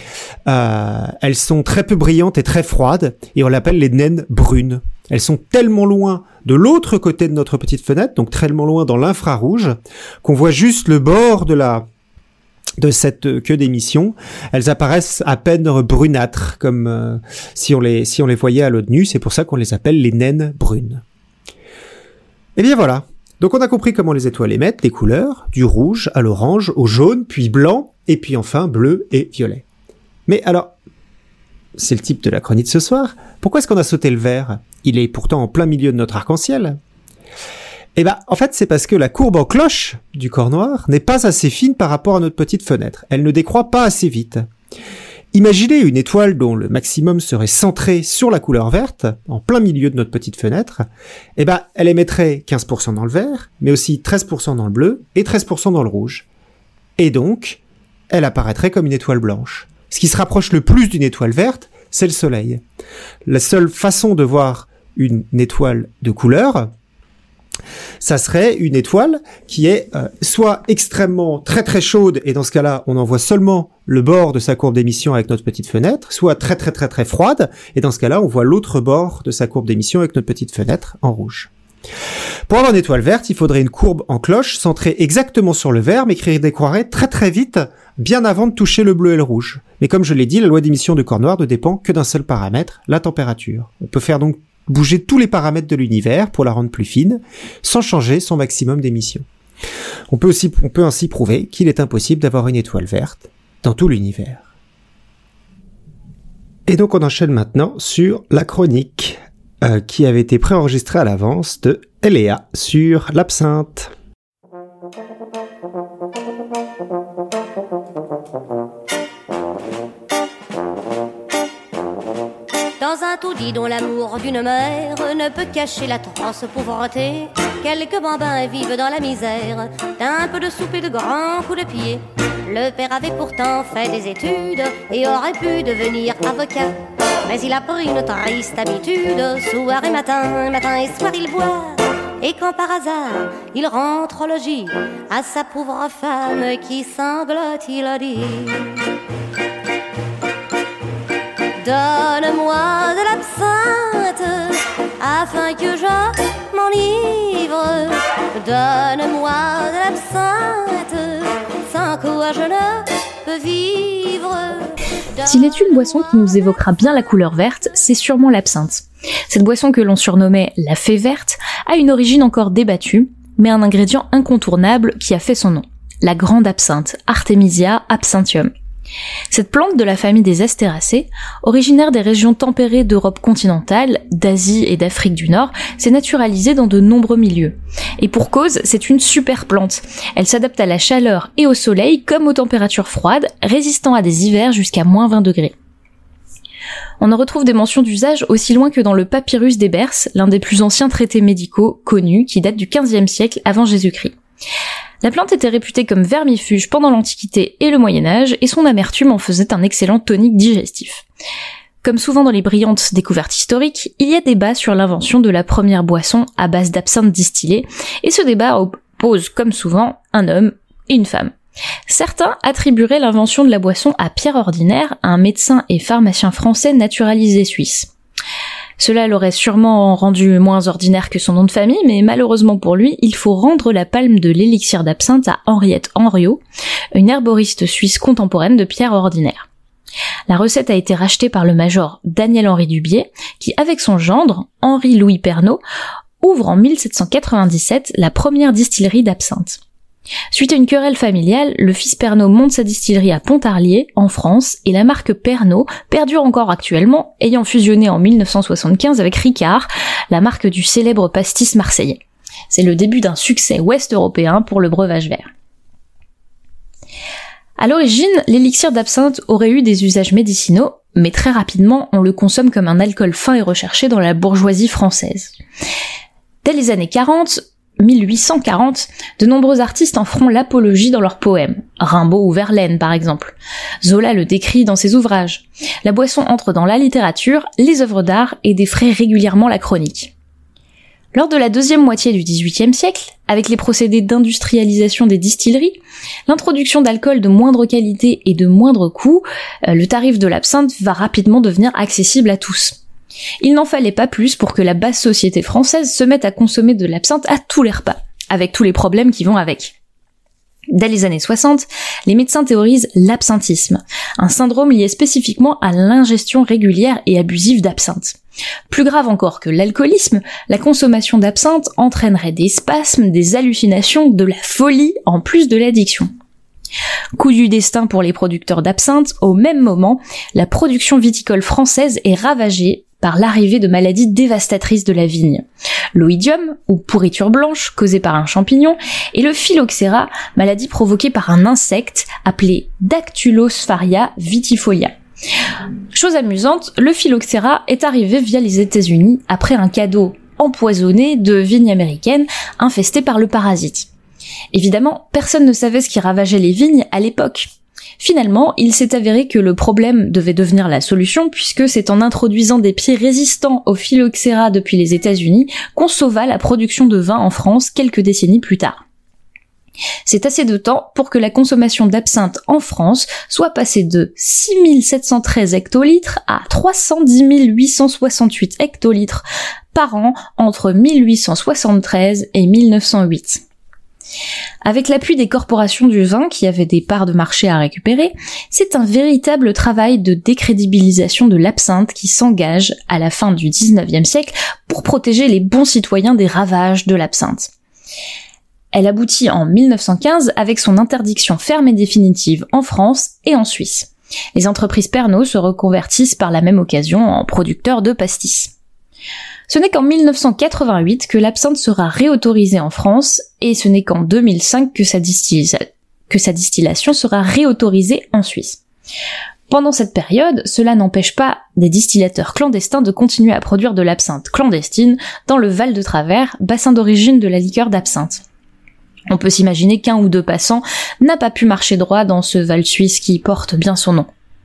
Elles sont très peu brillantes et très froides, et on l'appelle les naines brunes. Elles sont tellement loin de l'autre côté de notre petite fenêtre, donc tellement loin dans l'infrarouge, qu'on voit juste le bord de cette queue d'émission. Elles apparaissent à peine brunâtres, comme si on les voyait à l'œil nu. C'est pour ça qu'on les appelle les naines brunes. Et bien voilà. Donc on a compris comment les étoiles émettent des couleurs, du rouge à l'orange, au jaune, puis blanc, et puis enfin bleu et violet. Mais alors, c'est le type de la chronique de ce soir. Pourquoi est-ce qu'on a sauté le vert ? Il est pourtant en plein milieu de notre arc-en-ciel. Eh ben, en fait, c'est parce que la courbe en cloche du corps noir n'est pas assez fine par rapport à notre petite fenêtre. Elle ne décroît pas assez vite. Imaginez une étoile dont le maximum serait centré sur la couleur verte, en plein milieu de notre petite fenêtre. Eh ben, elle émettrait 15% dans le vert, mais aussi 13% dans le bleu et 13% dans le rouge. Et donc, elle apparaîtrait comme une étoile blanche. Ce qui se rapproche le plus d'une étoile verte, c'est le soleil. La seule façon de voir une étoile de couleur, ça serait une étoile qui est soit extrêmement très très chaude, et dans ce cas-là, on en voit seulement le bord de sa courbe d'émission avec notre petite fenêtre, soit très très très très froide, et dans ce cas-là, on voit l'autre bord de sa courbe d'émission avec notre petite fenêtre en rouge. Pour avoir une étoile verte, il faudrait une courbe en cloche centrée exactement sur le vert, mais qui décroîtrait très très vite, bien avant de toucher le bleu et le rouge. Mais comme je l'ai dit, la loi d'émission du corps noir ne dépend que d'un seul paramètre, la température. On peut faire donc bouger tous les paramètres de l'univers pour la rendre plus fine, sans changer son maximum d'émission. On peut ainsi prouver qu'il est impossible d'avoir une étoile verte dans tout l'univers. Et donc on enchaîne maintenant sur la chronique qui avait été préenregistrée à l'avance de Eléa sur l'absinthe. Dans Dans un taudis dont l'amour d'une mère ne peut cacher l'atroce pauvreté, quelques bambins vivent dans la misère, d'un peu de soupe et de grands coups de pied. Le père avait pourtant fait des études et aurait pu devenir avocat, mais il a pris une triste habitude, soir et matin, matin et soir il boit. Et quand par hasard il rentre au logis, à sa pauvre femme qui sanglote il a dit: donne-moi de l'absinthe afin que je m'enivre. Donne-moi de l'absinthe sans quoi je ne peux vivre. S'il est une boisson qui nous évoquera bien la couleur verte, c'est sûrement l'absinthe. Cette boisson que l'on surnommait la fée verte a une origine encore débattue, mais un ingrédient incontournable qui a fait son nom, la grande absinthe, Artemisia absinthium. Cette plante de la famille des Astéracées, originaire des régions tempérées d'Europe continentale, d'Asie et d'Afrique du Nord, s'est naturalisée dans de nombreux milieux. Et pour cause, c'est une super plante. Elle s'adapte à la chaleur et au soleil comme aux températures froides, résistant à des hivers jusqu'à moins 20 degrés. On en retrouve des mentions d'usage aussi loin que dans le Papyrus d'Ebers, l'un des plus anciens traités médicaux connus qui date du XVe siècle avant Jésus-Christ. La plante était réputée comme vermifuge pendant l'Antiquité et le Moyen-Âge, et son amertume en faisait un excellent tonique digestif. Comme souvent dans les brillantes découvertes historiques, il y a débat sur l'invention de la première boisson à base d'absinthe distillée, et ce débat oppose, comme souvent, un homme et une femme. Certains attribueraient l'invention de la boisson à Pierre Ordinaire, un médecin et pharmacien français naturalisé suisse. Cela l'aurait sûrement rendu moins ordinaire que son nom de famille, mais malheureusement pour lui, il faut rendre la palme de l'élixir d'absinthe à Henriette Henriot, une herboriste suisse contemporaine de Pierre Ordinaire. La recette a été rachetée par le major Daniel-Henri Dubié, qui, avec son gendre, Henri-Louis Pernot, ouvre en 1797 la première distillerie d'absinthe. Suite à une querelle familiale, le fils Pernot monte sa distillerie à Pontarlier, en France, et la marque Pernod perdure encore actuellement, ayant fusionné en 1975 avec Ricard, la marque du célèbre pastis marseillais. C'est le début d'un succès ouest-européen pour le breuvage vert. À l'origine, l'élixir d'absinthe aurait eu des usages médicinaux, mais très rapidement, on le consomme comme un alcool fin et recherché dans la bourgeoisie française. Dès les années 1840, de nombreux artistes en feront l'apologie dans leurs poèmes. Rimbaud ou Verlaine, par exemple. Zola le décrit dans ses ouvrages. La boisson entre dans la littérature, les œuvres d'art et défraie régulièrement la chronique. Lors de la deuxième moitié du XVIIIe siècle, avec les procédés d'industrialisation des distilleries, l'introduction d'alcool de moindre qualité et de moindre coût, le tarif de l'absinthe va rapidement devenir accessible à tous. Il n'en fallait pas plus pour que la basse société française se mette à consommer de l'absinthe à tous les repas, avec tous les problèmes qui vont avec. Dès les années 60, les médecins théorisent l'absinthisme, un syndrome lié spécifiquement à l'ingestion régulière et abusive d'absinthe. Plus grave encore que l'alcoolisme, la consommation d'absinthe entraînerait des spasmes, des hallucinations, de la folie, en plus de l'addiction. Coup du destin pour les producteurs d'absinthe, au même moment, la production viticole française est ravagée par l'arrivée de maladies dévastatrices de la vigne. L'oïdium, ou pourriture blanche, causée par un champignon, et le phylloxéra, maladie provoquée par un insecte appelé Dactylosfaria vitifolia. Chose amusante, le phylloxéra est arrivé via les États-Unis après un cadeau empoisonné de vignes américaines infestées par le parasite. Évidemment, personne ne savait ce qui ravageait les vignes à l'époque. Finalement, il s'est avéré que le problème devait devenir la solution puisque c'est en introduisant des pieds résistants au phylloxéra depuis les États-Unis qu'on sauva la production de vin en France quelques décennies plus tard. C'est assez de temps pour que la consommation d'absinthe en France soit passée de 6713 hectolitres à 310 868 hectolitres par an entre 1873 et 1908. Avec l'appui des corporations du vin qui avaient des parts de marché à récupérer, c'est un véritable travail de décrédibilisation de l'absinthe qui s'engage à la fin du XIXe siècle pour protéger les bons citoyens des ravages de l'absinthe. Elle aboutit en 1915 avec son interdiction ferme et définitive en France et en Suisse. Les entreprises Pernod se reconvertissent par la même occasion en producteurs de pastis. Ce n'est qu'en 1988 que l'absinthe sera réautorisée en France, et ce n'est qu'en 2005 que sa distillation sera réautorisée en Suisse. Pendant cette période, cela n'empêche pas des distillateurs clandestins de continuer à produire de l'absinthe clandestine dans le Val de Travers, bassin d'origine de la liqueur d'absinthe. On peut s'imaginer qu'un ou deux passants n'a pas pu marcher droit dans ce Val suisse qui porte bien son nom.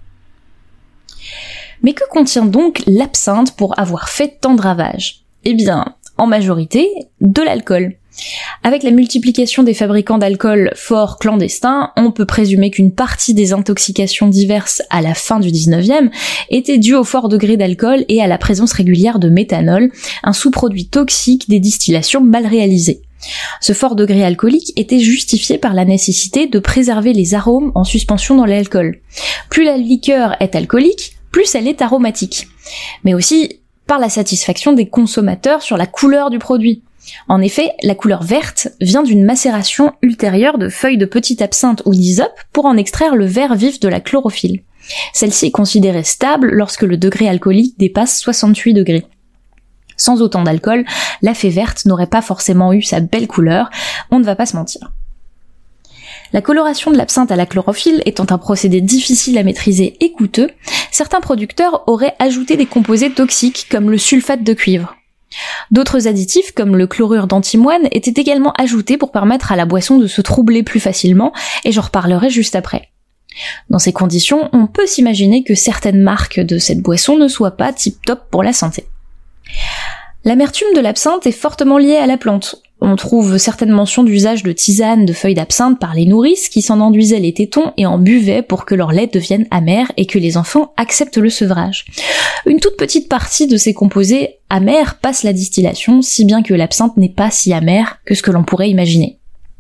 Mais que contient donc l'absinthe pour avoir fait tant de ravages ? Eh bien, en majorité, de l'alcool. Avec la multiplication des fabricants d'alcool forts clandestins, on peut présumer qu'une partie des intoxications diverses à la fin du 19e était due au fort degré d'alcool et à la présence régulière de méthanol, un sous-produit toxique des distillations mal réalisées. Ce fort degré alcoolique était justifié par la nécessité de préserver les arômes en suspension dans l'alcool. Plus la liqueur est alcoolique, plus elle est aromatique. Mais aussi par la satisfaction des consommateurs sur la couleur du produit. En effet, la couleur verte vient d'une macération ultérieure de feuilles de petite absinthe ou d'hysope pour en extraire le vert vif de la chlorophylle. Celle-ci est considérée stable lorsque le degré alcoolique dépasse 68 degrés. Sans autant d'alcool, la fée verte n'aurait pas forcément eu sa belle couleur, on ne va pas se mentir. La coloration de l'absinthe à la chlorophylle étant un procédé difficile à maîtriser et coûteux, certains producteurs auraient ajouté des composés toxiques comme le sulfate de cuivre. D'autres additifs, comme le chlorure d'antimoine, étaient également ajoutés pour permettre à la boisson de se troubler plus facilement, et j'en reparlerai juste après. Dans ces conditions, on peut s'imaginer que certaines marques de cette boisson ne soient pas tip-top pour la santé. L'amertume de l'absinthe est fortement liée à la plante. On trouve certaines mentions d'usage de tisanes de feuilles d'absinthe par les nourrices qui s'en enduisaient les tétons et en buvaient pour que leur lait devienne amer et que les enfants acceptent le sevrage. Une toute petite partie de ces composés amers passe la distillation, si bien que l'absinthe n'est pas si amère que ce que l'on pourrait imaginer.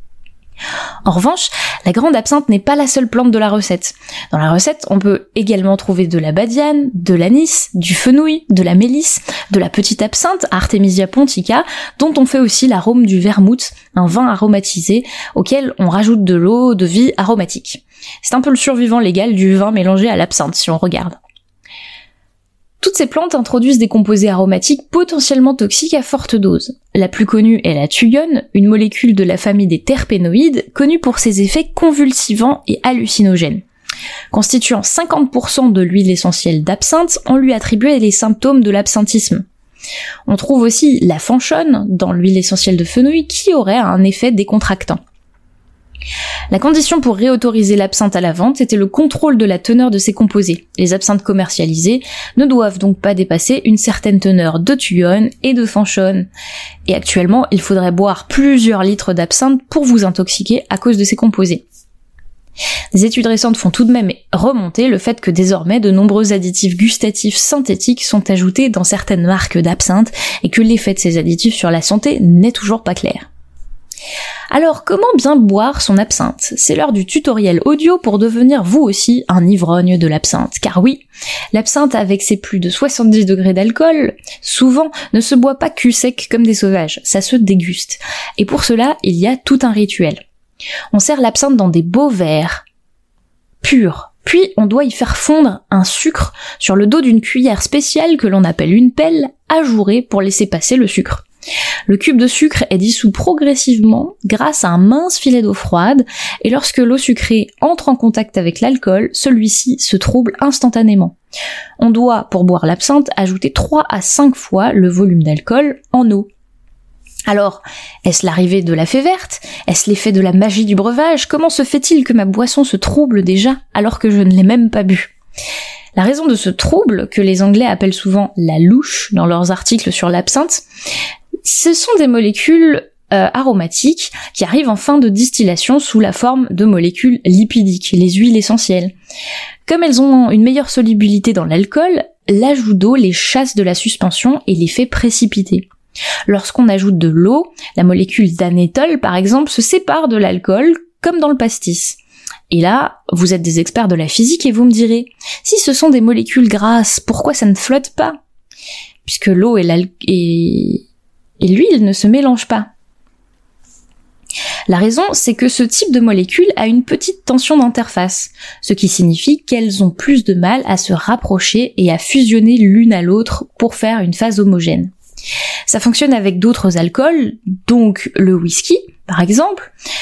En revanche, la grande absinthe n'est pas la seule plante de la recette. Dans la recette, on peut également trouver de la badiane, de l'anis, du fenouil, de la mélisse, de la petite absinthe, Artemisia pontica, dont on fait aussi l'arôme du vermouth, un vin aromatisé auquel on rajoute de l'eau de vie aromatique. C'est un peu le survivant légal du vin mélangé à l'absinthe, si on regarde. Toutes ces plantes introduisent des composés aromatiques potentiellement toxiques à forte dose. La plus connue est la thuyone, une molécule de la famille des terpénoïdes, connue pour ses effets convulsivants et hallucinogènes. Constituant 50% de l'huile essentielle d'absinthe, on lui attribuait les symptômes de l'absinthisme. On trouve aussi la fanchone dans l'huile essentielle de fenouil qui aurait un effet décontractant. La condition pour réautoriser l'absinthe à la vente était le contrôle de la teneur de ses composés. Les absinthes commercialisées ne doivent donc pas dépasser une certaine teneur de thuyone et de fanchone. Et actuellement, il faudrait boire plusieurs litres d'absinthe pour vous intoxiquer à cause de ces composés. Des études récentes font tout de même remonter le fait que désormais de nombreux additifs gustatifs synthétiques sont ajoutés dans certaines marques d'absinthe et que l'effet de ces additifs sur la santé n'est toujours pas clair. Alors, comment bien boire son absinthe ? C'est l'heure du tutoriel audio pour devenir vous aussi un ivrogne de l'absinthe. Car oui, l'absinthe avec ses plus de 70 degrés d'alcool, souvent, ne se boit pas cul sec comme des sauvages, ça se déguste. Et pour cela, il y a tout un rituel. On sert l'absinthe dans des beaux verres purs. Puis, on doit y faire fondre un sucre sur le dos d'une cuillère spéciale que l'on appelle une pelle, ajourée pour laisser passer le sucre. Le cube de sucre est dissous progressivement grâce à un mince filet d'eau froide, et lorsque l'eau sucrée entre en contact avec l'alcool, celui-ci se trouble instantanément. On doit, pour boire l'absinthe, ajouter 3 à 5 fois le volume d'alcool en eau. Alors, est-ce l'arrivée de la fée verte ? Est-ce l'effet de la magie du breuvage ? Comment se fait-il que ma boisson se trouble déjà alors que je ne l'ai même pas bu ? La raison de ce trouble, que les Anglais appellent souvent la louche dans leurs articles sur l'absinthe, ce sont des molécules aromatiques qui arrivent en fin de distillation sous la forme de molécules lipidiques, les huiles essentielles. Comme elles ont une meilleure solubilité dans l'alcool, l'ajout d'eau les chasse de la suspension et les fait précipiter. Lorsqu'on ajoute de l'eau, la molécule d'anétol par exemple se sépare de l'alcool comme dans le pastis. Et là, vous êtes des experts de la physique et vous me direz, si ce sont des molécules grasses, pourquoi ça ne flotte pas ? Puisque l'eau et l'huile ne se mélangent pas. La raison, c'est que ce type de molécule a une petite tension d'interface, ce qui signifie qu'elles ont plus de mal à se rapprocher et à fusionner l'une à l'autre pour faire une phase homogène. Ça fonctionne avec d'autres alcools, donc le whisky, par exemple,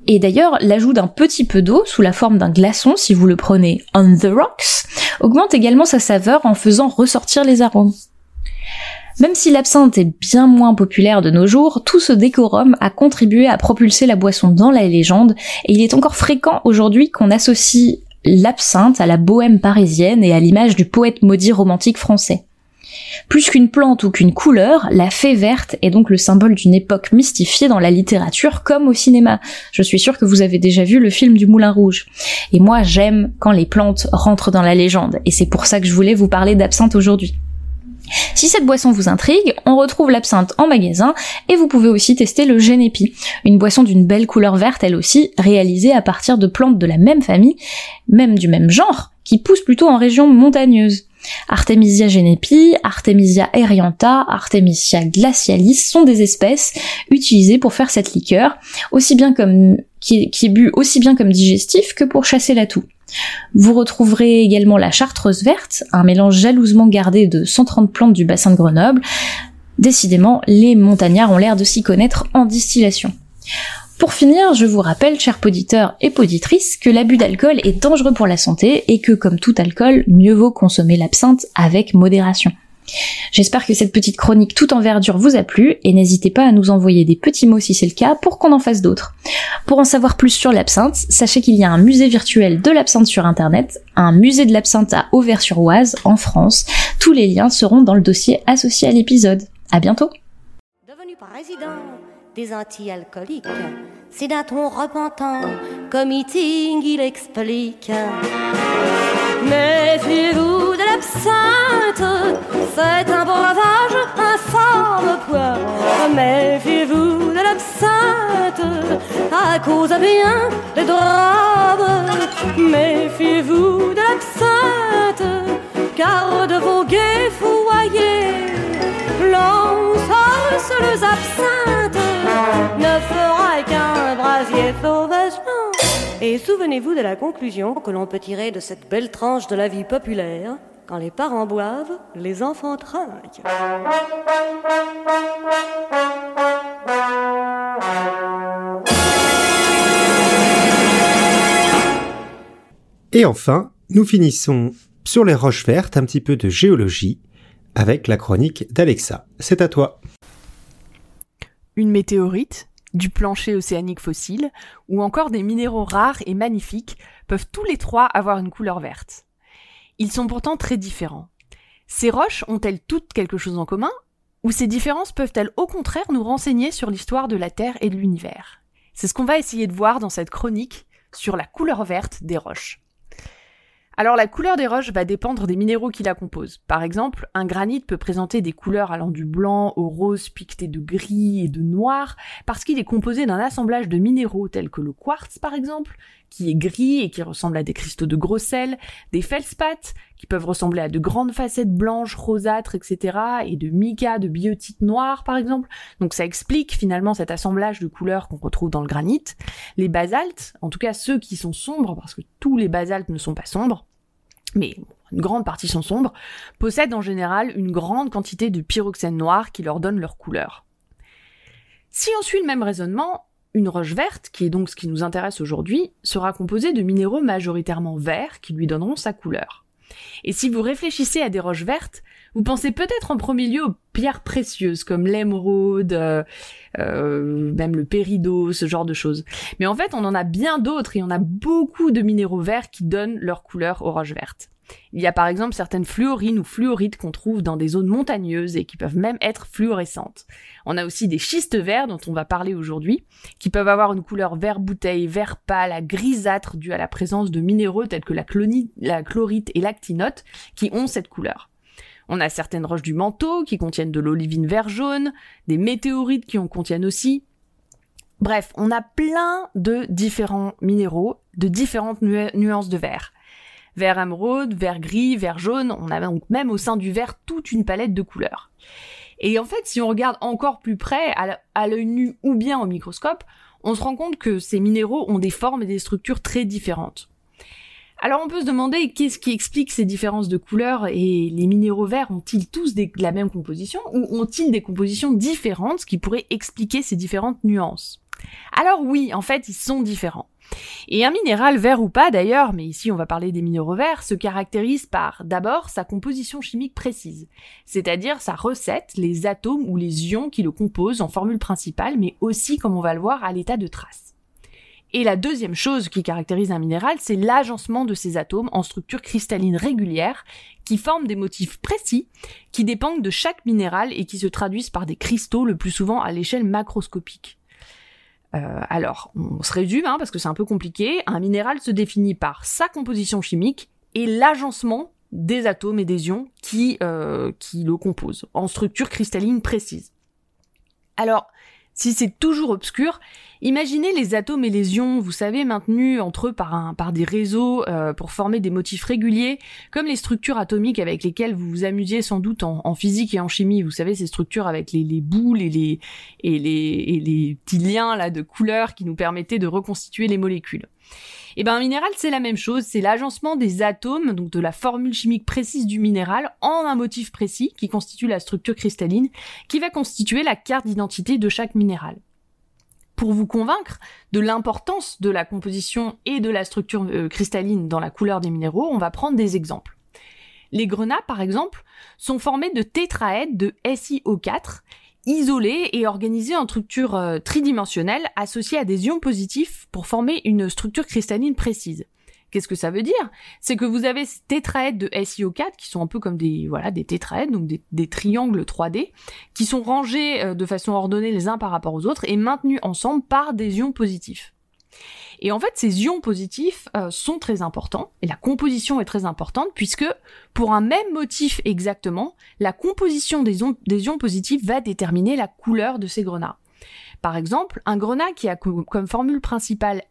Et d'ailleurs, l'ajout d'un petit peu d'eau sous la forme d'un glaçon, si vous le prenez on the rocks, augmente également sa saveur en faisant ressortir les arômes. Même si l'absinthe est bien moins populaire de nos jours, tout ce décorum a contribué à propulser la boisson dans la légende, et il est encore fréquent aujourd'hui qu'on associe l'absinthe à la bohème parisienne et à l'image du poète maudit romantique français. Plus qu'une plante ou qu'une couleur, la fée verte est donc le symbole d'une époque mystifiée dans la littérature comme au cinéma. Je suis sûre que vous avez déjà vu le film du Moulin Rouge. Et moi, j'aime quand les plantes rentrent dans la légende, et c'est pour ça que je voulais vous parler d'absinthe aujourd'hui. Si cette boisson vous intrigue, on retrouve l'absinthe en magasin et vous pouvez aussi tester le génépi, une boisson d'une belle couleur verte elle aussi, réalisée à partir de plantes de la même famille, même du même genre, qui poussent plutôt en région montagneuse. Artemisia genepi, Artemisia eriantha, Artemisia glacialis sont des espèces utilisées pour faire cette liqueur, aussi bien comme qui est bu aussi bien comme digestif que pour chasser la toux. Vous retrouverez également la chartreuse verte, un mélange jalousement gardé de 130 plantes du bassin de Grenoble. Décidément, les montagnards ont l'air de s'y connaître en distillation. Pour finir, je vous rappelle, chers poditeurs et poditrices, que l'abus d'alcool est dangereux pour la santé et que, comme tout alcool, mieux vaut consommer l'absinthe avec modération. J'espère que cette petite chronique tout en verdure vous a plu et n'hésitez pas à nous envoyer des petits mots si c'est le cas pour qu'on en fasse d'autres. Pour en savoir plus sur l'absinthe, sachez qu'il y a un musée virtuel de l'absinthe sur internet, un musée de l'absinthe à Auvers-sur-Oise en France. Tous les liens seront dans le dossier associé à l'épisode. À bientôt. Devenu président des anti-alcooliques, c'est d'un ton repentant qu'au meeting il explique: méfiez-vous de l'absinthe, c'est un breuvage infâme poids. Méfiez-vous de l'absinthe, à cause à bien des drames. Méfiez-vous de l'absinthe, car de vos gays foyers, l'ensorceleuse absinthe ne fera qu'un brasier sauvagement. Et souvenez-vous de la conclusion que l'on peut tirer de cette belle tranche de la vie populaire: quand les parents boivent, les enfants trinquent. Et enfin, nous finissons sur les roches vertes, un petit peu de géologie, avec la chronique d'Alexa. C'est à toi. Une météorite, du plancher océanique fossile, ou encore des minéraux rares et magnifiques peuvent tous les trois avoir une couleur verte. Ils sont pourtant très différents. Ces roches ont-elles toutes quelque chose en commun, ou ces différences peuvent-elles au contraire nous renseigner sur l'histoire de la Terre et de l'univers ? C'est ce qu'on va essayer de voir dans cette chronique sur la couleur verte des roches. Alors la couleur des roches va dépendre des minéraux qui la composent. Par exemple, un granit peut présenter des couleurs allant du blanc au rose piqueté de gris et de noir parce qu'il est composé d'un assemblage de minéraux tels que le quartz par exemple, qui est gris et qui ressemble à des cristaux de gros sel, des feldspaths qui peuvent ressembler à de grandes facettes blanches, rosâtres, etc. et de mica, de biotite noire par exemple. Donc ça explique finalement cet assemblage de couleurs qu'on retrouve dans le granit. Les basaltes, en tout cas ceux qui sont sombres, parce que tous les basaltes ne sont pas sombres, mais une grande partie sont sombres, possèdent en général une grande quantité de pyroxène noir qui leur donne leur couleur. Si on suit le même raisonnement, une roche verte, qui est donc ce qui nous intéresse aujourd'hui, sera composée de minéraux majoritairement verts qui lui donneront sa couleur. Et si vous réfléchissez à des roches vertes, vous pensez peut-être en premier lieu aux pierres précieuses comme l'émeraude, même le péridot, ce genre de choses. Mais en fait, on en a bien d'autres et on a beaucoup de minéraux verts qui donnent leur couleur aux roches vertes. Il y a par exemple certaines fluorines ou fluorites qu'on trouve dans des zones montagneuses et qui peuvent même être fluorescentes. On a aussi des schistes verts dont on va parler aujourd'hui, qui peuvent avoir une couleur vert bouteille, vert pâle, à grisâtre due à la présence de minéraux tels que la chlorite et l'actinote qui ont cette couleur. On a certaines roches du manteau qui contiennent de l'olivine vert jaune, des météorites qui en contiennent aussi. Bref, on a plein de différents minéraux, de différentes nuances de vert. Vert émeraude, vert gris, vert jaune, on a donc même au sein du vert toute une palette de couleurs. Et en fait, si on regarde encore plus près, à l'œil nu ou bien au microscope, on se rend compte que ces minéraux ont des formes et des structures très différentes. Alors on peut se demander qu'est-ce qui explique ces différences de couleurs et les minéraux verts ont-ils tous la même composition ou ont-ils des compositions différentes qui pourraient expliquer ces différentes nuances ? Alors oui, en fait, ils sont différents. Et un minéral vert ou pas d'ailleurs, mais ici on va parler des minéraux verts, se caractérise par d'abord sa composition chimique précise, c'est-à-dire sa recette, les atomes ou les ions qui le composent en formule principale, mais aussi, comme on va le voir, à l'état de trace. Et la deuxième chose qui caractérise un minéral, c'est l'agencement de ces atomes en structure cristalline régulière qui forment des motifs précis qui dépendent de chaque minéral et qui se traduisent par des cristaux le plus souvent à l'échelle macroscopique. Alors, on se résume, parce que c'est un peu compliqué. Un minéral se définit par sa composition chimique et l'agencement des atomes et des ions qui le composent, en structure cristalline précise. Alors, si c'est toujours obscur, imaginez les atomes et les ions, vous savez, maintenus entre eux par des réseaux pour former des motifs réguliers, comme les structures atomiques avec lesquelles vous vous amusiez sans doute en physique et en chimie. Vous savez, ces structures avec les boules et les petits liens là de couleurs qui nous permettaient de reconstituer les molécules. Et ben un minéral, c'est la même chose, c'est l'agencement des atomes, donc de la formule chimique précise du minéral, en un motif précis qui constitue la structure cristalline, qui va constituer la carte d'identité de chaque minéral. Pour vous convaincre de l'importance de la composition et de la structure cristalline dans la couleur des minéraux, on va prendre des exemples. Les grenats, par exemple, sont formés de tétraèdres de SiO4, isolés et organisés en structure tridimensionnelle associés à des ions positifs pour former une structure cristalline précise. Qu'est-ce que ça veut dire ? C'est que vous avez ces tétraèdres de SiO4 qui sont un peu comme des tétraèdres, donc des triangles 3D, qui sont rangés de façon ordonnée les uns par rapport aux autres et maintenus ensemble par des ions positifs. Et en fait, ces ions positifs sont très importants, et la composition est très importante, puisque pour un même motif exactement, la composition des ions positifs va déterminer la couleur de ces grenats. Par exemple, un grenat qui a comme formule principale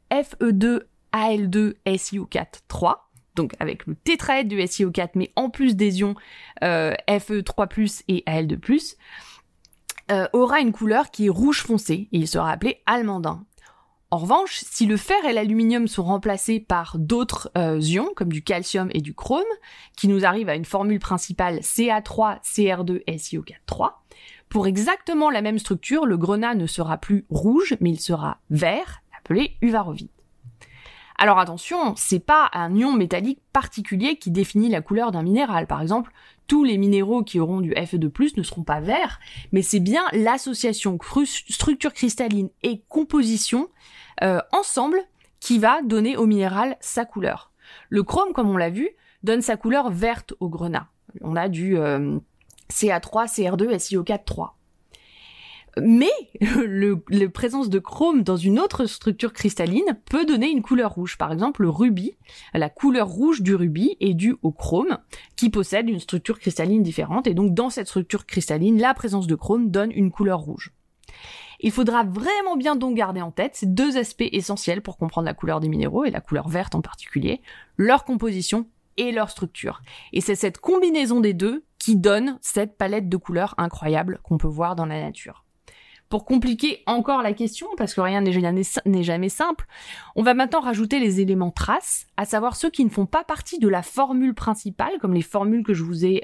Fe2Al2SiO4 donc avec le tétraèdre du SiO4, mais en plus des ions Fe3+, et Al2+, aura une couleur qui est rouge foncé, et il sera appelé almandin. En revanche, si le fer et l'aluminium sont remplacés par d'autres ions, comme du calcium et du chrome, qui nous arrivent à une formule principale Ca3Cr2SiO4 pour exactement la même structure, le grenat ne sera plus rouge, mais il sera vert, appelé uvarovite. Alors attention, c'est pas un ion métallique particulier qui définit la couleur d'un minéral. Par exemple, tous les minéraux qui auront du Fe2+, ne seront pas verts, mais c'est bien l'association structure cristalline et composition ensemble qui va donner au minéral sa couleur. Le chrome, comme on l'a vu, donne sa couleur verte au grenat. On a du Ca3Cr2SiO4 Mais la présence de chrome dans une autre structure cristalline peut donner une couleur rouge. Par exemple, le rubis, la couleur rouge du rubis est due au chrome, qui possède une structure cristalline différente. Et donc, dans cette structure cristalline, la présence de chrome donne une couleur rouge. Il faudra vraiment bien donc garder en tête ces deux aspects essentiels pour comprendre la couleur des minéraux, et la couleur verte en particulier, leur composition et leur structure. Et c'est cette combinaison des deux qui donne cette palette de couleurs incroyable qu'on peut voir dans la nature. Pour compliquer encore la question, parce que rien n'est jamais simple, on va maintenant rajouter les éléments traces, à savoir ceux qui ne font pas partie de la formule principale, comme les formules que je vous ai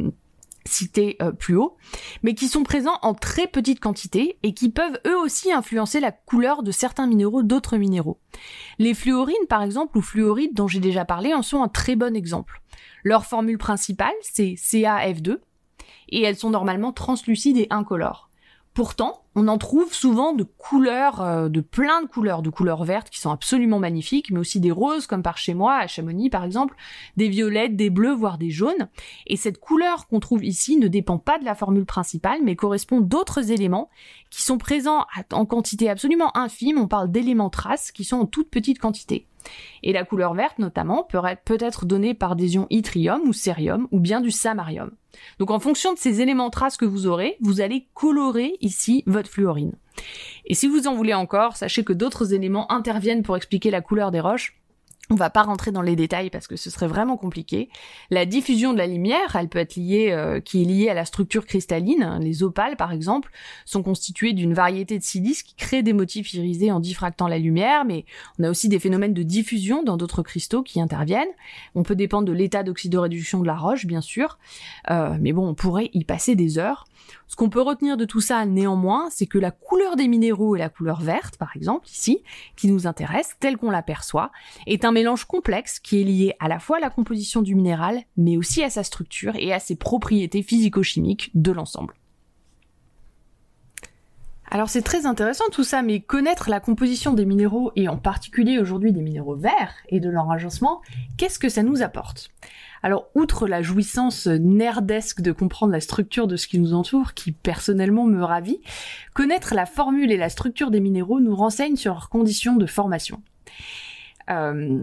citées plus haut, mais qui sont présents en très petite quantité et qui peuvent eux aussi influencer la couleur de certains minéraux d'autres minéraux. Les fluorines, par exemple, ou fluorides dont j'ai déjà parlé, en sont un très bon exemple. Leur formule principale, c'est CaF2, et elles sont normalement translucides et incolores. Pourtant, on en trouve souvent de couleurs, de plein de couleurs vertes qui sont absolument magnifiques, mais aussi des roses, comme par chez moi, à Chamonix par exemple, des violettes, des bleus, voire des jaunes. Et cette couleur qu'on trouve ici ne dépend pas de la formule principale, mais correspond d'autres éléments qui sont présents en quantité absolument infime. On parle d'éléments traces qui sont en toute petite quantité. Et la couleur verte, notamment, peut être donnée par des ions yttrium ou cérium, ou bien du samarium. Donc en fonction de ces éléments traces que vous aurez, vous allez colorer ici votre fluorine. Et si vous en voulez encore, sachez que d'autres éléments interviennent pour expliquer la couleur des roches. On va pas rentrer dans les détails parce que ce serait vraiment compliqué. La diffusion de la lumière, elle peut être liée, qui est liée à la structure cristalline. Les opales, par exemple, sont constituées d'une variété de silices qui créent des motifs irisés en diffractant la lumière, mais on a aussi des phénomènes de diffusion dans d'autres cristaux qui interviennent. On peut dépendre de l'état d'oxydoréduction de la roche, bien sûr, mais bon, on pourrait y passer des heures. Ce qu'on peut retenir de tout ça néanmoins, c'est que la couleur des minéraux et la couleur verte, par exemple, ici, qui nous intéresse, telle qu'on l'aperçoit, est un mélange complexe qui est lié à la fois à la composition du minéral, mais aussi à sa structure et à ses propriétés physico-chimiques de l'ensemble. Alors c'est très intéressant tout ça, mais connaître la composition des minéraux, et en particulier aujourd'hui des minéraux verts et de leur agencement, qu'est-ce que ça nous apporte ? Alors outre la jouissance nerdesque de comprendre la structure de ce qui nous entoure, qui personnellement me ravit, connaître la formule et la structure des minéraux nous renseigne sur leurs conditions de formation. Pourquoi ?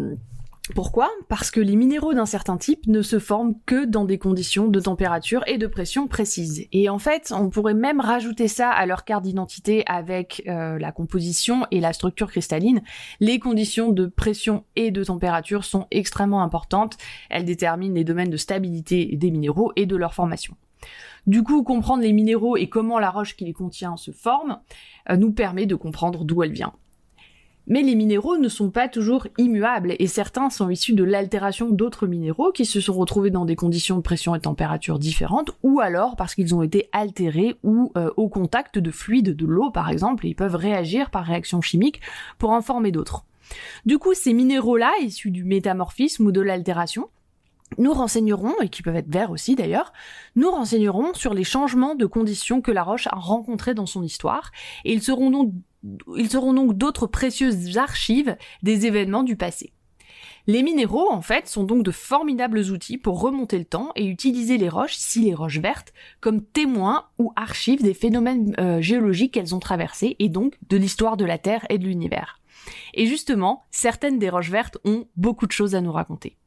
Parce que les minéraux d'un certain type ne se forment que dans des conditions de température et de pression précises. Et en fait, on pourrait même rajouter ça à leur carte d'identité avec la composition et la structure cristalline. Les conditions de pression et de température sont extrêmement importantes. Elles déterminent les domaines de stabilité des minéraux et de leur formation. Du coup, comprendre les minéraux et comment la roche qui les contient se forme nous permet de comprendre d'où elle vient. Mais les minéraux ne sont pas toujours immuables et certains sont issus de l'altération d'autres minéraux qui se sont retrouvés dans des conditions de pression et de température différentes ou alors parce qu'ils ont été altérés ou au contact de fluides, de l'eau par exemple, et ils peuvent réagir par réaction chimique pour en former d'autres. Du coup, ces minéraux-là, issus du métamorphisme ou de l'altération, nous renseignerons, et qui peuvent être verts aussi d'ailleurs, nous renseignerons sur les changements de conditions que la roche a rencontrés dans son histoire, et ils seront donc d'autres précieuses archives des événements du passé. Les minéraux, en fait, sont donc de formidables outils pour remonter le temps et utiliser les roches, ici les roches vertes, comme témoins ou archives des phénomènes géologiques qu'elles ont traversés, et donc de l'histoire de la Terre et de l'univers. Et justement, certaines des roches vertes ont beaucoup de choses à nous raconter.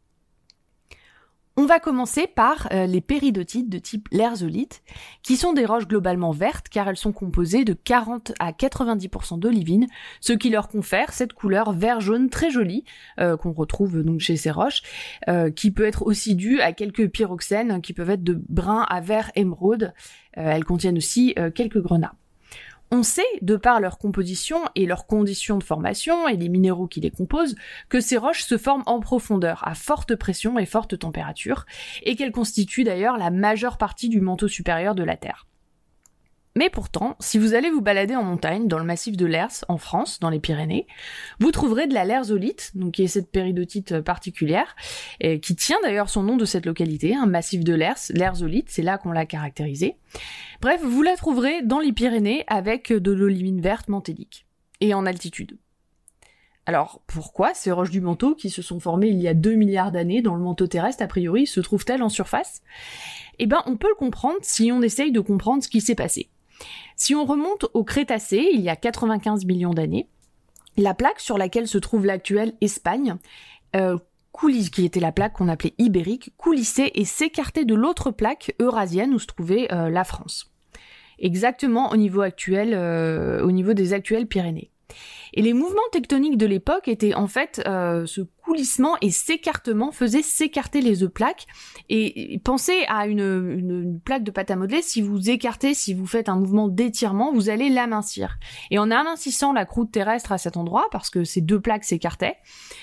On va commencer par les péridotites de type lherzolite, qui sont des roches globalement vertes car elles sont composées de 40 à 90% d'olivine, ce qui leur confère cette couleur vert-jaune très jolie qu'on retrouve donc chez ces roches, qui peut être aussi due à quelques pyroxènes qui peuvent être de brun à vert émeraude. Elles contiennent aussi quelques grenats. On sait, de par leur composition et leurs conditions de formation et les minéraux qui les composent, que ces roches se forment en profondeur, à forte pression et forte température, et qu'elles constituent d'ailleurs la majeure partie du manteau supérieur de la Terre. Mais pourtant, si vous allez vous balader en montagne, dans le massif de Lhers, en France, dans les Pyrénées, vous trouverez de la lherzolite, donc qui est cette péridotite particulière, qui tient d'ailleurs son nom de cette localité, un massif de Lhers, lherzolite, c'est là qu'on l'a caractérisé. Bref, vous la trouverez dans les Pyrénées avec de l'olivine verte mantélique, et en altitude. Alors, pourquoi ces roches du manteau, qui se sont formées il y a 2 milliards d'années dans le manteau terrestre, a priori, se trouvent-elles en surface ? Eh ben, on peut le comprendre si on essaye de comprendre ce qui s'est passé. Si on remonte au Crétacé, il y a 95 millions d'années, la plaque sur laquelle se trouve l'actuelle Espagne, qui était la plaque qu'on appelait ibérique, coulissait et s'écartait de l'autre plaque eurasienne où se trouvait la France. Exactement au niveau des actuelles Pyrénées. Et les mouvements tectoniques de l'époque étaient en fait ce coulissement et s'écartement faisaient s'écarter les deux plaques. Et pensez à une plaque de pâte à modeler, si vous écartez, si vous faites un mouvement d'étirement, vous allez l'amincir. Et en amincissant la croûte terrestre à cet endroit, parce que ces deux plaques s'écartaient,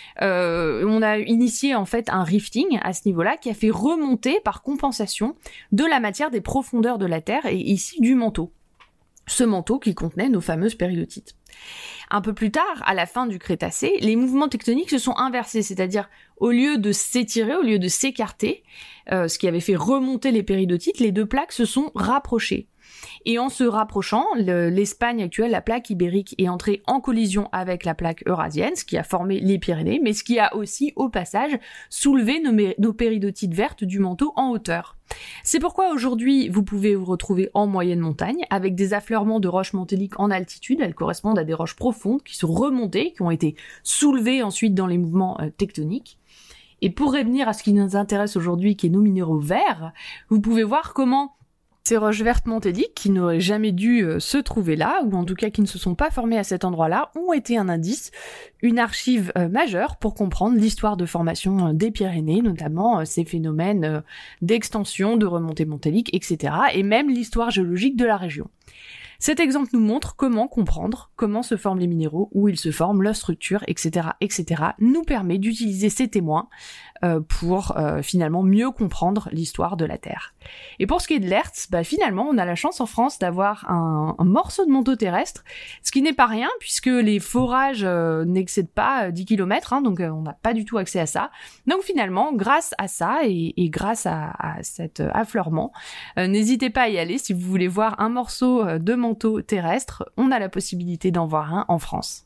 on a initié en fait un rifting à ce niveau-là qui a fait remonter par compensation de la matière des profondeurs de la Terre et ici du manteau. Ce manteau qui contenait nos fameuses péridotites. Un peu plus tard, à la fin du Crétacé, les mouvements tectoniques se sont inversés, c'est-à-dire au lieu de s'étirer, au lieu de s'écarter, ce qui avait fait remonter les péridotites, les deux plaques se sont rapprochées. Et en se rapprochant, l'Espagne actuelle, la plaque ibérique, est entrée en collision avec la plaque eurasienne, ce qui a formé les Pyrénées, mais ce qui a aussi, au passage, soulevé nos péridotites vertes du manteau en hauteur. C'est pourquoi aujourd'hui, vous pouvez vous retrouver en moyenne montagne, avec des affleurements de roches mantéliques en altitude. Elles correspondent à des roches profondes qui sont remontées, qui ont été soulevées ensuite dans les mouvements tectoniques. Et pour revenir à ce qui nous intéresse aujourd'hui, qui est nos minéraux verts, vous pouvez voir comment ces roches vertes mantéliques, qui n'auraient jamais dû se trouver là, ou en tout cas qui ne se sont pas formées à cet endroit-là, ont été un indice, une archive majeure pour comprendre l'histoire de formation des Pyrénées, notamment ces phénomènes d'extension, de remontée mantélique, etc., et même l'histoire géologique de la région. Cet exemple nous montre comment comprendre comment se forment les minéraux, où ils se forment, leur structure, etc., nous permet d'utiliser ces témoins pour finalement mieux comprendre l'histoire de la Terre. Et pour ce qui est de l'Hertz, finalement, on a la chance en France d'avoir un morceau de manteau terrestre, ce qui n'est pas rien, puisque les forages n'excèdent pas 10 km, donc on n'a pas du tout accès à ça. Donc finalement, grâce à ça, et grâce à cet affleurement, n'hésitez pas à y aller si vous voulez voir un morceau de manteau terrestre, on a la possibilité d'en voir un en France.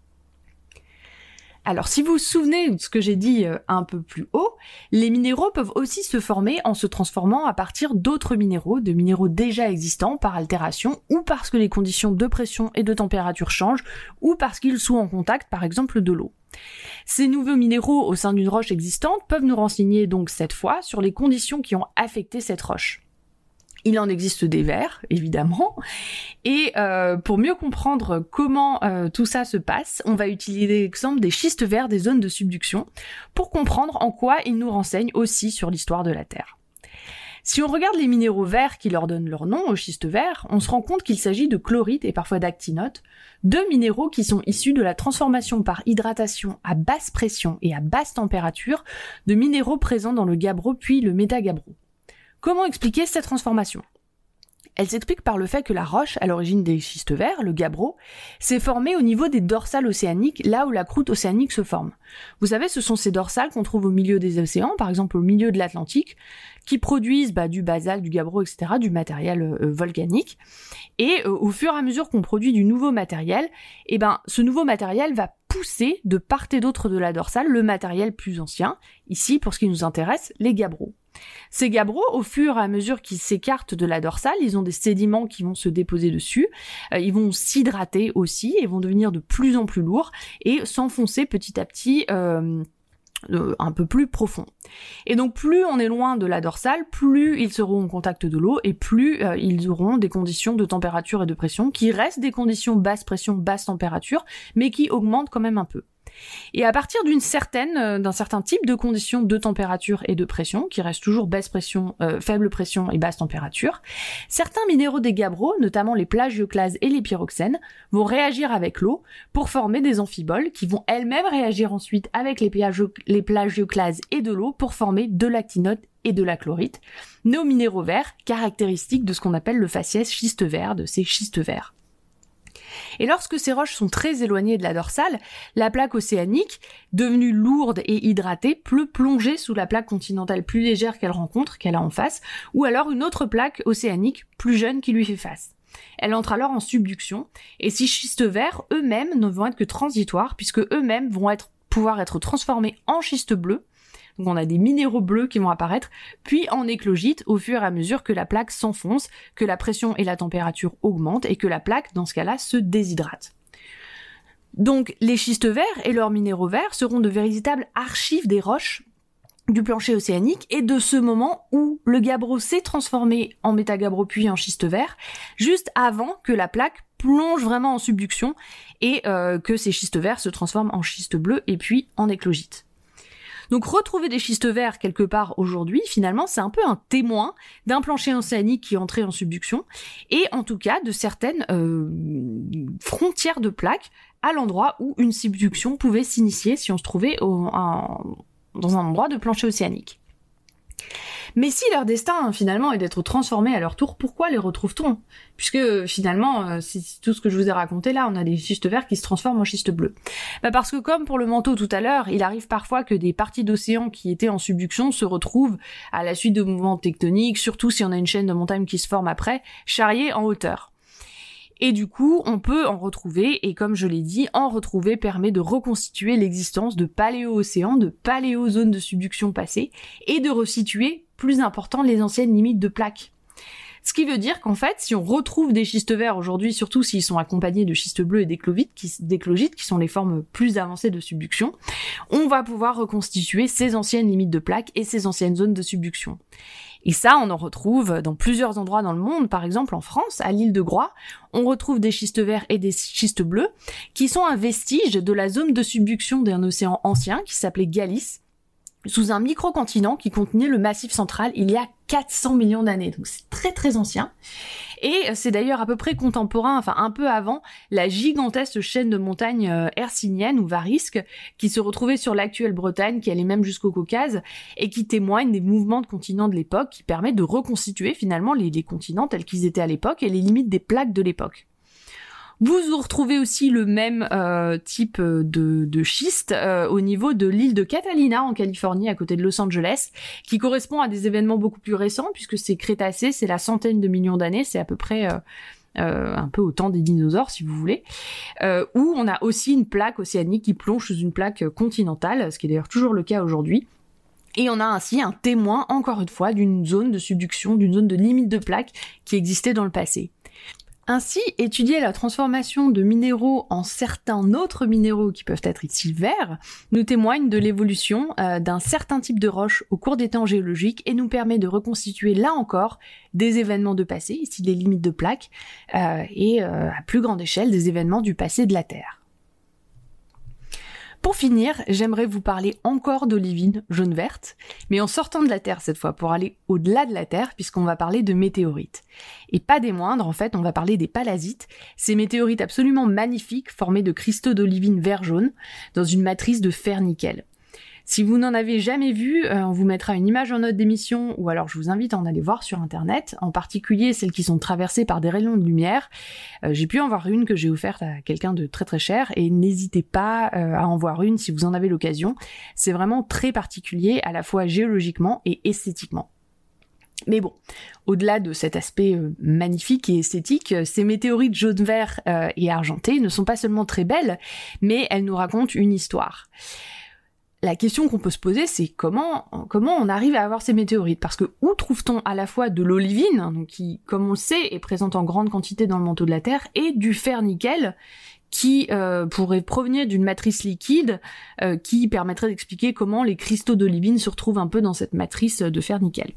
Alors, si vous vous souvenez de ce que j'ai dit un peu plus haut, les minéraux peuvent aussi se former en se transformant à partir d'autres minéraux, de minéraux déjà existants par altération, ou parce que les conditions de pression et de température changent, ou parce qu'ils sont en contact, par exemple, de l'eau. Ces nouveaux minéraux au sein d'une roche existante peuvent nous renseigner donc cette fois sur les conditions qui ont affecté cette roche. Il en existe des verts, évidemment, et pour mieux comprendre comment tout ça se passe, on va utiliser l'exemple des schistes verts des zones de subduction pour comprendre en quoi ils nous renseignent aussi sur l'histoire de la Terre. Si on regarde les minéraux verts qui leur donnent leur nom aux schistes verts, on se rend compte qu'il s'agit de chlorite et parfois d'actinite, deux minéraux qui sont issus de la transformation par hydratation à basse pression et à basse température de minéraux présents dans le gabbro puis le métagabbro. Comment expliquer cette transformation ? Elle s'explique par le fait que la roche, à l'origine des schistes verts, le gabbro, s'est formée au niveau des dorsales océaniques, là où la croûte océanique se forme. Vous savez, ce sont ces dorsales qu'on trouve au milieu des océans, par exemple au milieu de l'Atlantique, qui produisent du basalte, du gabbro, etc., du matériel volcanique. Et au fur et à mesure qu'on produit du nouveau matériel, ce nouveau matériel va pousser de part et d'autre de la dorsale le matériel plus ancien, ici, pour ce qui nous intéresse, les gabbros. Ces gabbros, au fur et à mesure qu'ils s'écartent de la dorsale, ils ont des sédiments qui vont se déposer dessus, ils vont s'hydrater aussi et vont devenir de plus en plus lourds et s'enfoncer petit à petit un peu plus profond. Et donc plus on est loin de la dorsale, plus ils seront en contact de l'eau et plus ils auront des conditions de température et de pression qui restent des conditions basse pression, basse température, mais qui augmentent quand même un peu. Et à partir d'un certain type de conditions de température et de pression, qui restent toujours basse pression, faible pression et basse température, certains minéraux des gabbros, notamment les plagioclases et les pyroxènes, vont réagir avec l'eau pour former des amphiboles qui vont elles-mêmes réagir ensuite avec les plagioclases et de l'eau pour former de l'actinite et de la chlorite, nos minéraux verts caractéristiques de ce qu'on appelle le faciès schiste vert, de ces schistes verts. Et lorsque ces roches sont très éloignées de la dorsale, la plaque océanique, devenue lourde et hydratée, peut plonger sous la plaque continentale plus légère qu'elle a en face, ou alors une autre plaque océanique plus jeune qui lui fait face. Elle entre alors en subduction, et ces schistes verts eux-mêmes ne vont être que transitoires, puisque eux-mêmes vont pouvoir être transformés en schistes bleus. Donc on a des minéraux bleus qui vont apparaître, puis en éclogite au fur et à mesure que la plaque s'enfonce, que la pression et la température augmentent et que la plaque, dans ce cas-là, se déshydrate. Donc les schistes verts et leurs minéraux verts seront de véritables archives des roches du plancher océanique et de ce moment où le gabbro s'est transformé en métagabbro puis en schiste vert, juste avant que la plaque plonge vraiment en subduction et que ces schistes verts se transforment en schistes bleus et puis en éclogite. Donc retrouver des schistes verts quelque part aujourd'hui, finalement, c'est un peu un témoin d'un plancher océanique qui est entré en subduction, et en tout cas de certaines frontières de plaques à l'endroit où une subduction pouvait s'initier si on se trouvait dans un endroit de plancher océanique. Mais si leur destin, finalement, est d'être transformés à leur tour, pourquoi les retrouve-t-on ? Puisque, finalement, c'est tout ce que je vous ai raconté là, on a des schistes verts qui se transforment en schistes bleus. Parce que, comme pour le manteau tout à l'heure, il arrive parfois que des parties d'océan qui étaient en subduction se retrouvent, à la suite de mouvements tectoniques, surtout si on a une chaîne de montagnes qui se forme après, charriées en hauteur. Et du coup, on peut en retrouver, et comme je l'ai dit, en retrouver permet de reconstituer l'existence de paléo-océans, de paléo-zones de subduction passées, et de resituer, plus important, les anciennes limites de plaques. Ce qui veut dire qu'en fait, si on retrouve des schistes verts aujourd'hui, surtout s'ils sont accompagnés de schistes bleus et d'éclogites, qui sont les formes plus avancées de subduction, on va pouvoir reconstituer ces anciennes limites de plaques et ces anciennes zones de subduction. Et ça, on en retrouve dans plusieurs endroits dans le monde. Par exemple, en France, à l'île de Groix, on retrouve des schistes verts et des schistes bleus qui sont un vestige de la zone de subduction d'un océan ancien qui s'appelait Galice, sous un microcontinent qui contenait le Massif central il y a 400 millions d'années. Donc c'est très très ancien. Et c'est d'ailleurs à peu près contemporain, enfin un peu avant, la gigantesque chaîne de montagnes hercyniennes ou varisques qui se retrouvait sur l'actuelle Bretagne, qui allait même jusqu'au Caucase, et qui témoigne des mouvements de continents de l'époque, qui permettent de reconstituer finalement les continents tels qu'ils étaient à l'époque et les limites des plaques de l'époque. Vous retrouvez aussi le même type de schiste au niveau de l'île de Catalina en Californie, à côté de Los Angeles, qui correspond à des événements beaucoup plus récents, puisque c'est Crétacé, c'est la centaine de millions d'années, c'est à peu près un peu au temps des dinosaures, si vous voulez, où on a aussi une plaque océanique qui plonge sous une plaque continentale, ce qui est d'ailleurs toujours le cas aujourd'hui. Et on a ainsi un témoin, encore une fois, d'une zone de subduction, d'une zone de limite de plaque qui existait dans le passé. Ainsi, étudier la transformation de minéraux en certains autres minéraux qui peuvent être ici verts nous témoigne de l'évolution d'un certain type de roche au cours des temps géologiques et nous permet de reconstituer là encore des événements de passé, ici les limites de plaques, et à plus grande échelle des événements du passé de la Terre. Pour finir, j'aimerais vous parler encore d'olivines jaune-verte, mais en sortant de la Terre cette fois, pour aller au-delà de la Terre, puisqu'on va parler de météorites. Et pas des moindres, en fait, on va parler des palasites, ces météorites absolument magnifiques formés de cristaux d'olivine vert-jaune, dans une matrice de fer-nickel. Si vous n'en avez jamais vu, on vous mettra une image en note d'émission, ou alors je vous invite à en aller voir sur internet, en particulier celles qui sont traversées par des rayons de lumière. J'ai pu en voir une que j'ai offerte à quelqu'un de très très cher, et n'hésitez pas à en voir une si vous en avez l'occasion. C'est vraiment très particulier, à la fois géologiquement et esthétiquement. Mais bon, au-delà de cet aspect magnifique et esthétique, ces météorites jaune-vert et argentées ne sont pas seulement très belles, mais elles nous racontent une histoire. La question qu'on peut se poser, c'est comment on arrive à avoir ces météorites ? Parce que où trouve-t-on à la fois de l'olivine, donc qui, comme on le sait, est présente en grande quantité dans le manteau de la Terre, et du fer-nickel, qui pourrait provenir d'une matrice liquide, qui permettrait d'expliquer comment les cristaux d'olivine se retrouvent un peu dans cette matrice de fer-nickel.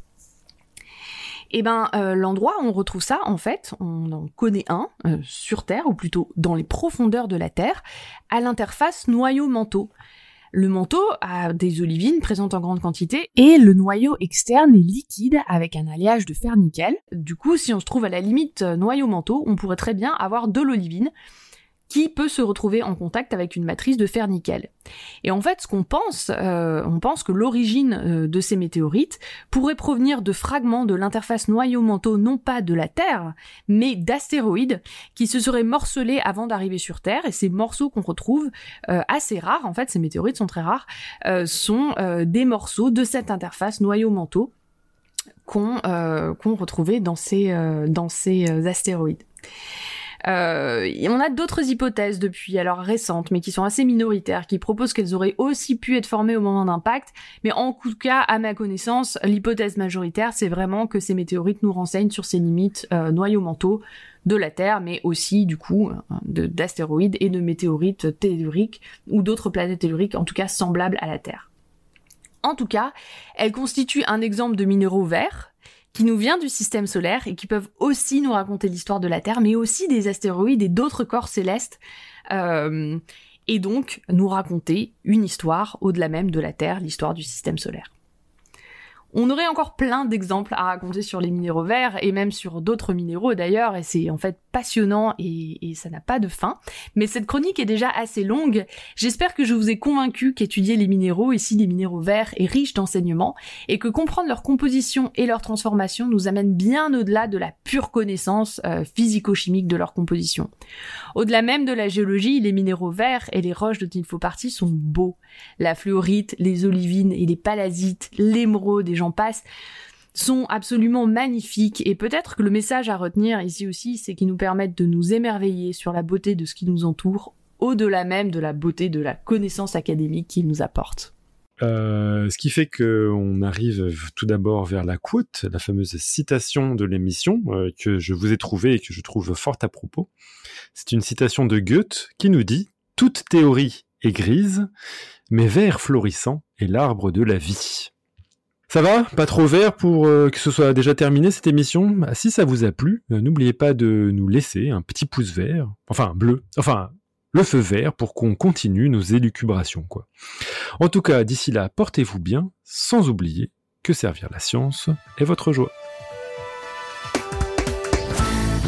Et l'endroit où on retrouve ça, en fait, on en connaît un sur Terre, ou plutôt dans les profondeurs de la Terre, à l'interface noyau-manteau. Le manteau a des olivines présentes en grande quantité et le noyau externe est liquide avec un alliage de fer-nickel. Du coup, si on se trouve à la limite noyau-manteau, on pourrait très bien avoir de l'olivine qui peut se retrouver en contact avec une matrice de fer-nickel. Et en fait, ce qu'on pense, on pense que l'origine de ces météorites pourrait provenir de fragments de l'interface noyau-manteau, non pas de la Terre, mais d'astéroïdes qui se seraient morcelés avant d'arriver sur Terre, et ces morceaux qu'on retrouve, assez rares, en fait, ces météorites sont très rares, sont des morceaux de cette interface noyau-manteau qu'on retrouvait dans ces astéroïdes. On a d'autres hypothèses depuis, alors récentes, mais qui sont assez minoritaires, qui proposent qu'elles auraient aussi pu être formées au moment d'impact, mais en tout cas, à ma connaissance, l'hypothèse majoritaire, c'est vraiment que ces météorites nous renseignent sur ces limites noyau-manteau de la Terre, mais aussi, du coup, d'astéroïdes et de météorites telluriques, ou d'autres planètes telluriques, en tout cas semblables à la Terre. En tout cas, elles constituent un exemple de minéraux verts, qui nous vient du système solaire et qui peuvent aussi nous raconter l'histoire de la Terre, mais aussi des astéroïdes et d'autres corps célestes, et donc nous raconter une histoire au-delà même de la Terre, l'histoire du système solaire. On aurait encore plein d'exemples à raconter sur les minéraux verts, et même sur d'autres minéraux d'ailleurs, et c'est en fait passionnant et ça n'a pas de fin. Mais cette chronique est déjà assez longue. J'espère que je vous ai convaincu qu'étudier les minéraux, ici les minéraux verts, est riche d'enseignements, et que comprendre leur composition et leur transformation nous amène bien au-delà de la pure connaissance physico-chimique de leur composition. Au-delà même de la géologie, les minéraux verts et les roches dont il faut partie sont beaux. La fluorite, les olivines et les palasites, l'émeraude et j'en passe, sont absolument magnifiques, et peut-être que le message à retenir ici aussi, c'est qu'ils nous permettent de nous émerveiller sur la beauté de ce qui nous entoure, au-delà même de la beauté de la connaissance académique qu'ils nous apportent. Ce qui fait qu'on arrive tout d'abord vers la quote, la fameuse citation de l'émission que je vous ai trouvée et que je trouve fort à propos. C'est une citation de Goethe qui nous dit « Toute théorie est grise, mais vert florissant est l'arbre de la vie ». Ça va ? Pas trop vert pour que ce soit déjà terminé cette émission ? Si ça vous a plu, n'oubliez pas de nous laisser un petit pouce vert, enfin bleu, enfin le feu vert pour qu'on continue nos élucubrations, quoi. En tout cas, d'ici là, portez-vous bien, sans oublier que servir la science est votre joie.